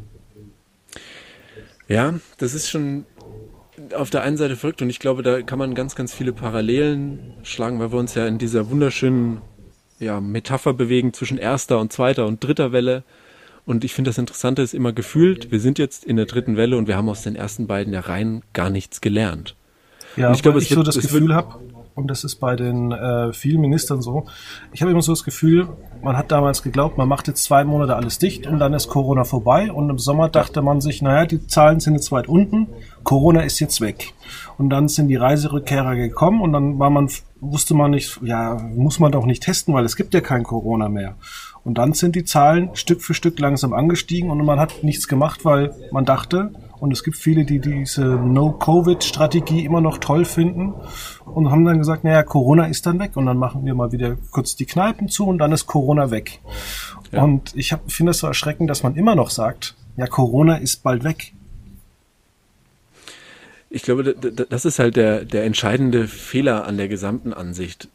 Ja, das ist schon auf der einen Seite verrückt und ich glaube, da kann man ganz, ganz viele Parallelen schlagen, weil wir uns ja in dieser wunderschönen Metapher bewegen zwischen erster und zweiter und dritter Welle. Und ich finde, das Interessante ist immer gefühlt, wir sind jetzt in der dritten Welle und wir haben aus den ersten beiden ja rein gar nichts gelernt. Ja, und ich glaube, ich so das Gefühl habe, und das ist bei den vielen Ministern so, ich habe immer so das Gefühl, man hat damals geglaubt, man macht jetzt 2 Monate alles dicht und dann ist Corona vorbei und im Sommer dachte man sich, naja, die Zahlen sind jetzt weit unten, Corona ist jetzt weg. Und dann sind die Reiserückkehrer gekommen und dann wusste man nicht, ja, muss man doch nicht testen, weil es gibt ja kein Corona mehr. Und dann sind die Zahlen Stück für Stück langsam angestiegen und man hat nichts gemacht, weil man dachte, und es gibt viele, die diese No-Covid-Strategie immer noch toll finden und haben dann gesagt, naja, Corona ist dann weg und dann machen wir mal wieder kurz die Kneipen zu und dann ist Corona weg. Ja. Und ich finde das so erschreckend, dass man immer noch sagt, ja, Corona ist bald weg. Ich glaube, das ist halt der entscheidende Fehler an der gesamten Ansicht.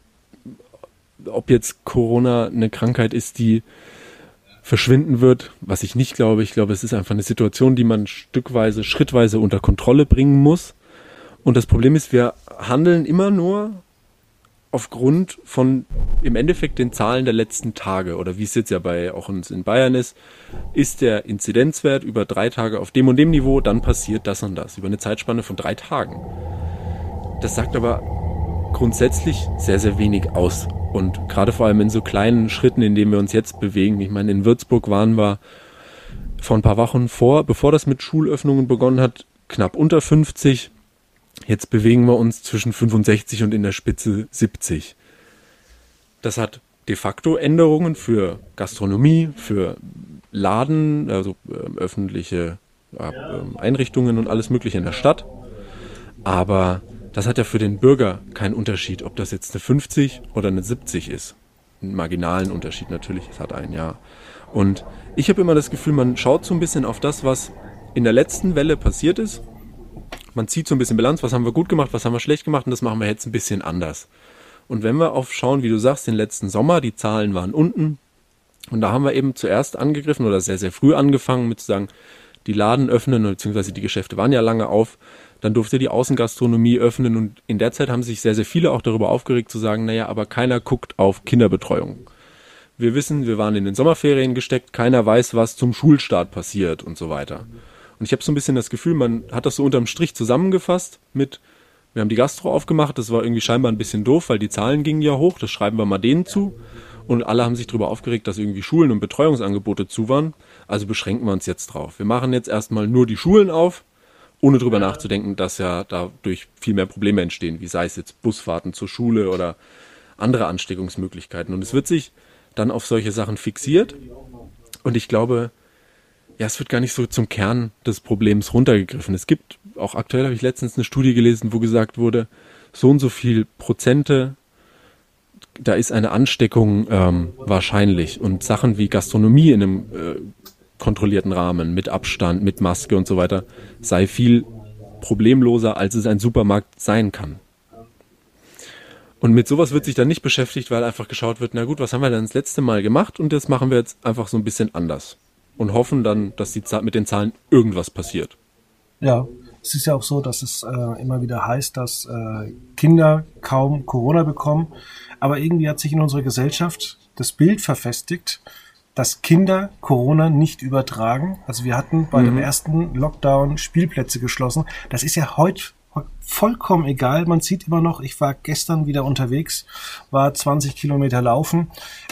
Ob jetzt Corona eine Krankheit ist, die verschwinden wird, was ich nicht glaube. Ich glaube, es ist einfach eine Situation, die man schrittweise unter Kontrolle bringen muss. Und das Problem ist, wir handeln immer nur aufgrund von im Endeffekt den Zahlen der letzten Tage oder wie es jetzt ja bei auch uns in Bayern ist der Inzidenzwert über 3 Tage auf dem und dem Niveau, dann passiert das und das über eine Zeitspanne von 3 Tagen. Das sagt aber grundsätzlich sehr, sehr wenig aus. Und gerade vor allem in so kleinen Schritten, in denen wir uns jetzt bewegen. Ich meine, in Würzburg waren wir vor ein paar Wochen bevor das mit Schulöffnungen begonnen hat, knapp unter 50. Jetzt bewegen wir uns zwischen 65 und in der Spitze 70. Das hat de facto Änderungen für Gastronomie, für Laden, also öffentliche Einrichtungen und alles Mögliche in der Stadt. Aber das hat ja für den Bürger keinen Unterschied, ob das jetzt eine 50 oder eine 70 ist. Einen marginalen Unterschied natürlich, es hat ein Jahr. Und ich habe immer das Gefühl, man schaut so ein bisschen auf das, was in der letzten Welle passiert ist. Man zieht so ein bisschen Bilanz, was haben wir gut gemacht, was haben wir schlecht gemacht und das machen wir jetzt ein bisschen anders. Und wenn wir aufschauen, wie du sagst, den letzten Sommer, die Zahlen waren unten und da haben wir eben zuerst angegriffen oder sehr, sehr früh angefangen mit zu sagen, die Laden öffnen, beziehungsweise die Geschäfte waren ja lange auf. Dann durfte die Außengastronomie öffnen und in der Zeit haben sich sehr, sehr viele auch darüber aufgeregt zu sagen, naja, aber keiner guckt auf Kinderbetreuung. Wir wissen, wir waren in den Sommerferien gesteckt, keiner weiß, was zum Schulstart passiert und so weiter. Und ich habe so ein bisschen das Gefühl, man hat das so unterm Strich zusammengefasst mit, wir haben die Gastro aufgemacht, das war irgendwie scheinbar ein bisschen doof, weil die Zahlen gingen ja hoch, das schreiben wir mal denen zu. Und alle haben sich darüber aufgeregt, dass irgendwie Schulen und Betreuungsangebote zu waren. Also beschränken wir uns jetzt drauf. Wir machen jetzt erstmal nur die Schulen auf, ohne drüber nachzudenken, dass ja dadurch viel mehr Probleme entstehen, wie sei es jetzt Busfahrten zur Schule oder andere Ansteckungsmöglichkeiten. Und es wird sich dann auf solche Sachen fixiert. Und ich glaube, ja, es wird gar nicht so zum Kern des Problems runtergegriffen. Es gibt, auch aktuell habe ich letztens eine Studie gelesen, wo gesagt wurde, so und so viel Prozente, da ist eine Ansteckung wahrscheinlich. Und Sachen wie Gastronomie in einem kontrollierten Rahmen, mit Abstand, mit Maske und so weiter, sei viel problemloser, als es ein Supermarkt sein kann. Und mit sowas wird sich dann nicht beschäftigt, weil einfach geschaut wird, na gut, was haben wir denn das letzte Mal gemacht und das machen wir jetzt einfach so ein bisschen anders. Und hoffen dann, dass mit den Zahlen irgendwas passiert. Ja, es ist ja auch so, dass es immer wieder heißt, dass Kinder kaum Corona bekommen. Aber irgendwie hat sich in unserer Gesellschaft das Bild verfestigt, dass Kinder Corona nicht übertragen. Also wir hatten bei dem ersten Lockdown Spielplätze geschlossen. Das ist ja vollkommen egal. Man sieht immer noch, ich war gestern wieder unterwegs, war 20 Kilometer laufen.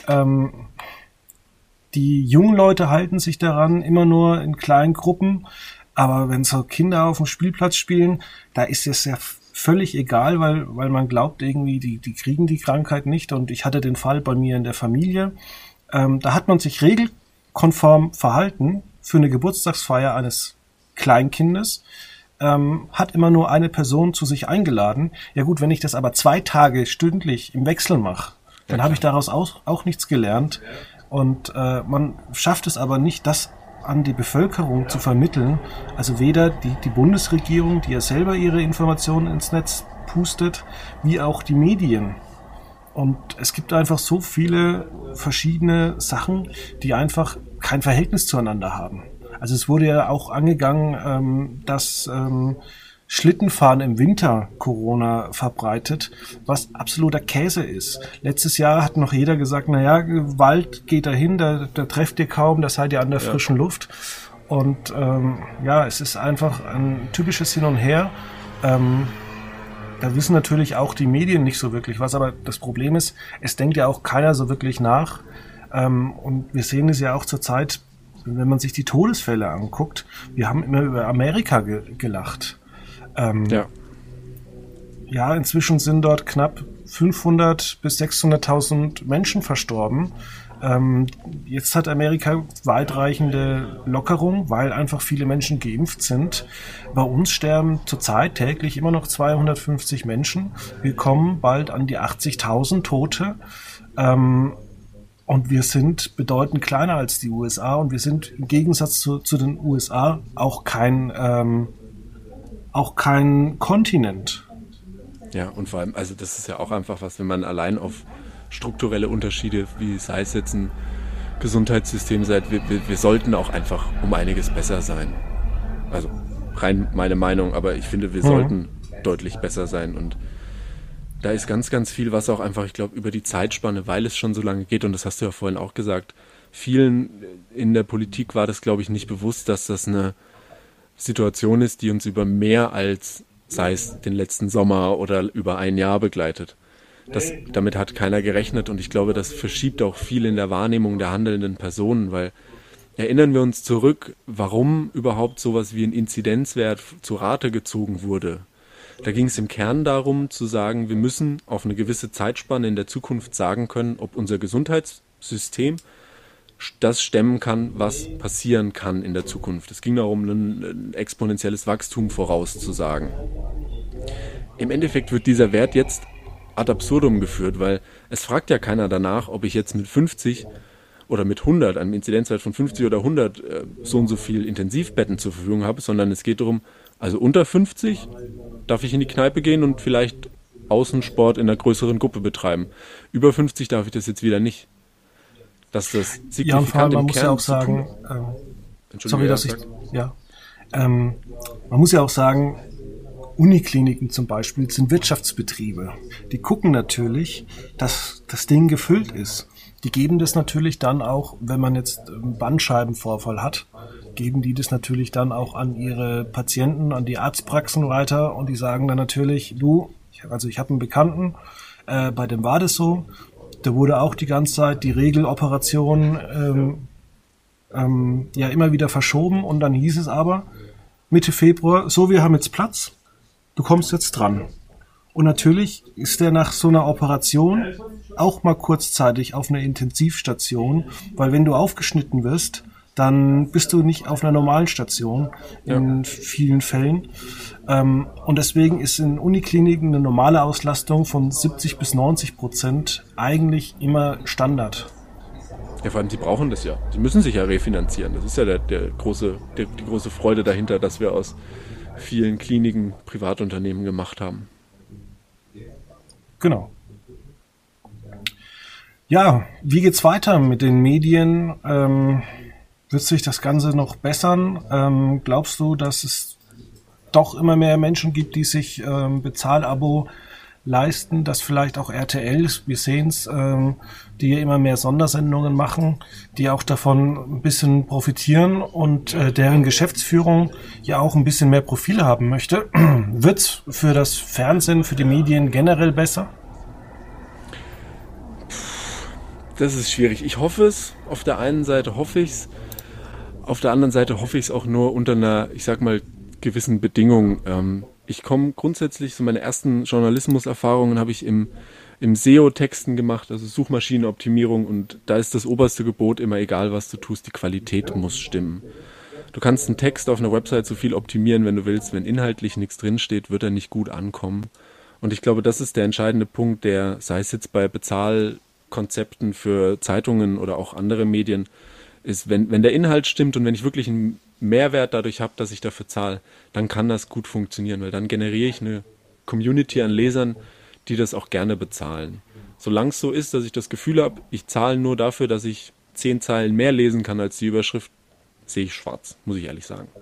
Die jungen Leute halten sich daran, immer nur in kleinen Gruppen. Aber wenn so Kinder auf dem Spielplatz spielen, da ist es ja völlig egal, weil man glaubt irgendwie, die kriegen die Krankheit nicht. Und ich hatte den Fall bei mir in der Familie. Da hat man sich regelkonform verhalten für eine Geburtstagsfeier eines Kleinkindes. Hat immer nur eine Person zu sich eingeladen. Ja gut, wenn ich das aber 2 Tage stündlich im Wechsel mache, dann habe ich daraus auch nichts gelernt. Und man schafft es aber nicht, das an die Bevölkerung zu vermitteln. Also weder die Bundesregierung, die ja selber ihre Informationen ins Netz pustet, wie auch die Medien. Und es gibt einfach so viele verschiedene Sachen, die einfach kein Verhältnis zueinander haben. Also es wurde ja auch angegangen, dass Schlittenfahren im Winter Corona verbreitet, was absoluter Käse ist. Letztes Jahr hat noch jeder gesagt, naja, Wald geht dahin, da trefft ihr kaum, da seid ihr an der frischen Luft. Und es ist einfach ein typisches Hin und Her. Da wissen natürlich auch die Medien nicht so wirklich was, aber das Problem ist, es denkt ja auch keiner so wirklich nach. Und wir sehen es ja auch zurzeit, wenn man sich die Todesfälle anguckt. Wir haben immer über Amerika gelacht. Inzwischen sind dort knapp 500 bis 600.000 Menschen verstorben. Jetzt hat Amerika weitreichende Lockerung, weil einfach viele Menschen geimpft sind. Bei uns sterben zurzeit täglich immer noch 250 Menschen. Wir kommen bald an die 80.000 Tote. Und wir sind bedeutend kleiner als die USA. Und wir sind im Gegensatz zu den USA auch kein Kontinent. Ja, und vor allem, also das ist ja auch einfach was, wenn man allein auf strukturelle Unterschiede, wie sei es jetzt ein Gesundheitssystem seid, wir sollten auch einfach um einiges besser sein. Also rein meine Meinung, aber ich finde, wir sollten deutlich besser sein. Und da ist ganz, ganz viel, was auch einfach, ich glaube, über die Zeitspanne, weil es schon so lange geht, und das hast du ja vorhin auch gesagt, vielen in der Politik war das, glaube ich, nicht bewusst, dass das eine Situation ist, die uns über mehr als, sei es den letzten Sommer oder über ein Jahr begleitet. Damit hat keiner gerechnet, und ich glaube, das verschiebt auch viel in der Wahrnehmung der handelnden Personen, weil erinnern wir uns zurück, warum überhaupt sowas wie ein Inzidenzwert zu Rate gezogen wurde. Da ging es im Kern darum zu sagen, wir müssen auf eine gewisse Zeitspanne in der Zukunft sagen können, ob unser Gesundheitssystem das stemmen kann, was passieren kann in der Zukunft. Es ging darum, ein exponentielles Wachstum vorauszusagen. Im Endeffekt wird dieser Wert jetzt ad absurdum geführt, weil es fragt ja keiner danach, ob ich jetzt mit 50 oder mit 100, einem Inzidenzwert von 50 oder 100 so und so viel Intensivbetten zur Verfügung habe, sondern es geht darum, also unter 50 darf ich in die Kneipe gehen und vielleicht Außensport in einer größeren Gruppe betreiben. Über 50 darf ich das jetzt wieder nicht. Dass das signifikant ja, und vor allem, man im muss Kern ja auch sagen, man muss ja auch sagen, Unikliniken zum Beispiel sind Wirtschaftsbetriebe. Die gucken natürlich, dass das Ding gefüllt ist. Die geben das natürlich dann auch, wenn man jetzt einen Bandscheibenvorfall hat, geben die das natürlich dann auch an ihre Patienten, an die Arztpraxen weiter, und die sagen dann natürlich, ich habe einen Bekannten, bei dem war das so, da wurde auch die ganze Zeit die Regeloperation immer wieder verschoben, und dann hieß es aber Mitte Februar, so, wir haben jetzt Platz, du kommst jetzt dran. Und natürlich ist der nach so einer Operation auch mal kurzzeitig auf einer Intensivstation, weil wenn du aufgeschnitten wirst, dann bist du nicht auf einer normalen Station in vielen Fällen. Und deswegen ist in Unikliniken eine normale Auslastung von 70-90% eigentlich immer Standard. Ja, vor allem, die brauchen das ja. Die müssen sich ja refinanzieren. Das ist ja die große Freude dahinter, dass wir aus vielen Kliniken Privatunternehmen gemacht haben. Genau. Ja, wie geht's weiter mit den Medien? Wird sich das Ganze noch bessern? Glaubst du, dass es doch immer mehr Menschen gibt, die sich Bezahlabo leisten, dass vielleicht auch RTL, wir sehen es, die ja immer mehr Sondersendungen machen, die auch davon ein bisschen profitieren und deren Geschäftsführung ja auch ein bisschen mehr Profile haben möchte, wird's für das Fernsehen, für die Medien generell besser? Das ist schwierig. Ich hoffe es. Auf der einen Seite hoffe ich es. Auf der anderen Seite hoffe ich es auch nur unter einer, ich sag mal, gewissen Bedingung. Ich komme grundsätzlich, so meine ersten Journalismuserfahrungen habe ich im SEO-Texten gemacht, also Suchmaschinenoptimierung, und da ist das oberste Gebot immer, egal was du tust, die Qualität muss stimmen. Du kannst einen Text auf einer Website so viel optimieren, wenn du willst, wenn inhaltlich nichts drinsteht, wird er nicht gut ankommen. Und ich glaube, das ist der entscheidende Punkt, der, sei es jetzt bei Bezahlkonzepten für Zeitungen oder auch andere Medien, ist, wenn der Inhalt stimmt und wenn ich wirklich einen Mehrwert dadurch habe, dass ich dafür zahle, dann kann das gut funktionieren, weil dann generiere ich eine Community an Lesern, die das auch gerne bezahlen. Solange es so ist, dass ich das Gefühl habe, ich zahle nur dafür, dass ich 10 Zeilen mehr lesen kann als die Überschrift, sehe ich schwarz, muss ich ehrlich sagen.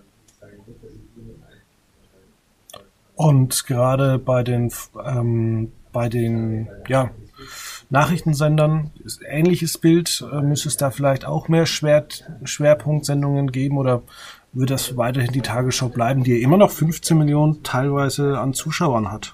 Und gerade bei den Nachrichtensendern ist ähnliches Bild. Müsste es da vielleicht auch mehr Schwerpunktsendungen geben oder wird das weiterhin die Tagesschau bleiben, die ja immer noch 15 Millionen teilweise an Zuschauern hat?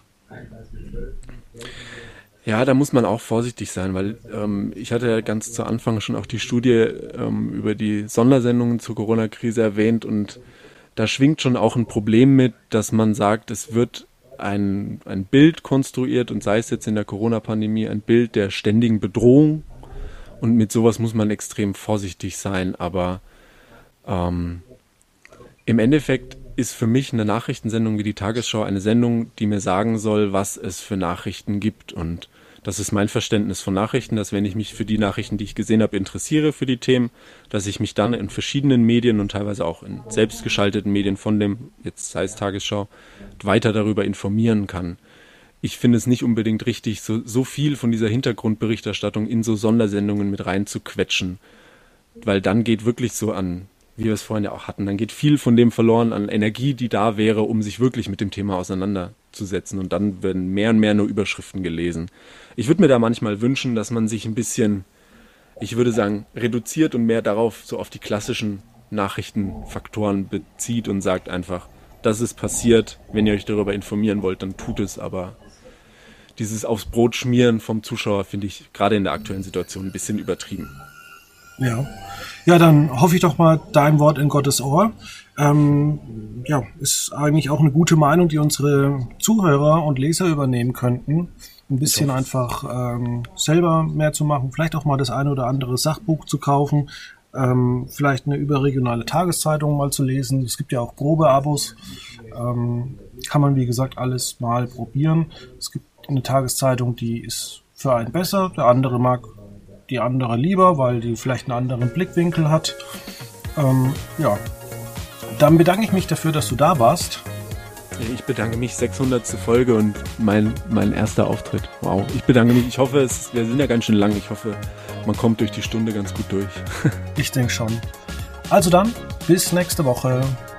Ja, da muss man auch vorsichtig sein, weil ich hatte ja ganz zu Anfang schon auch die Studie über die Sondersendungen zur Corona-Krise erwähnt, und da schwingt schon auch ein Problem mit, dass man sagt, es wird ein Bild konstruiert, und sei es jetzt in der Corona-Pandemie ein Bild der ständigen Bedrohung, und mit sowas muss man extrem vorsichtig sein, aber im Endeffekt ist für mich eine Nachrichtensendung wie die Tagesschau eine Sendung, die mir sagen soll, was es für Nachrichten gibt, und das ist mein Verständnis von Nachrichten, dass wenn ich mich für die Nachrichten, die ich gesehen habe, interessiere für die Themen, dass ich mich dann in verschiedenen Medien und teilweise auch in selbstgeschalteten Medien von dem, jetzt sei es Tagesschau, weiter darüber informieren kann. Ich finde es nicht unbedingt richtig, so viel von dieser Hintergrundberichterstattung in so Sondersendungen mit rein zu quetschen, weil dann geht wirklich so an, wie wir es vorhin ja auch hatten, dann geht viel von dem verloren an Energie, die da wäre, um sich wirklich mit dem Thema auseinanderzusetzen, und dann werden mehr und mehr nur Überschriften gelesen. Ich würde mir da manchmal wünschen, dass man sich ein bisschen, ich würde sagen, reduziert und mehr darauf, so auf die klassischen Nachrichtenfaktoren bezieht und sagt einfach, das ist passiert, wenn ihr euch darüber informieren wollt, dann tut es, aber dieses aufs Brot schmieren vom Zuschauer finde ich gerade in der aktuellen Situation ein bisschen übertrieben. Ja. Ja, dann hoffe ich doch mal dein Wort in Gottes Ohr. Ist eigentlich auch eine gute Meinung, die unsere Zuhörer und Leser übernehmen könnten. Ein bisschen einfach selber mehr zu machen, vielleicht auch mal das eine oder andere Sachbuch zu kaufen, vielleicht eine überregionale Tageszeitung mal zu lesen. Es gibt ja auch Probeabos. Kann man, wie gesagt, alles mal probieren. Es gibt eine Tageszeitung, die ist für einen besser, der andere mag die andere lieber, weil die vielleicht einen anderen Blickwinkel hat. Dann bedanke ich mich dafür, dass du da warst. Ich bedanke mich, 600. Folge und mein erster Auftritt. Wow, ich bedanke mich. Ich hoffe, wir sind ja ganz schön lang. Ich hoffe, man kommt durch die Stunde ganz gut durch. Ich denke schon. Also dann, bis nächste Woche.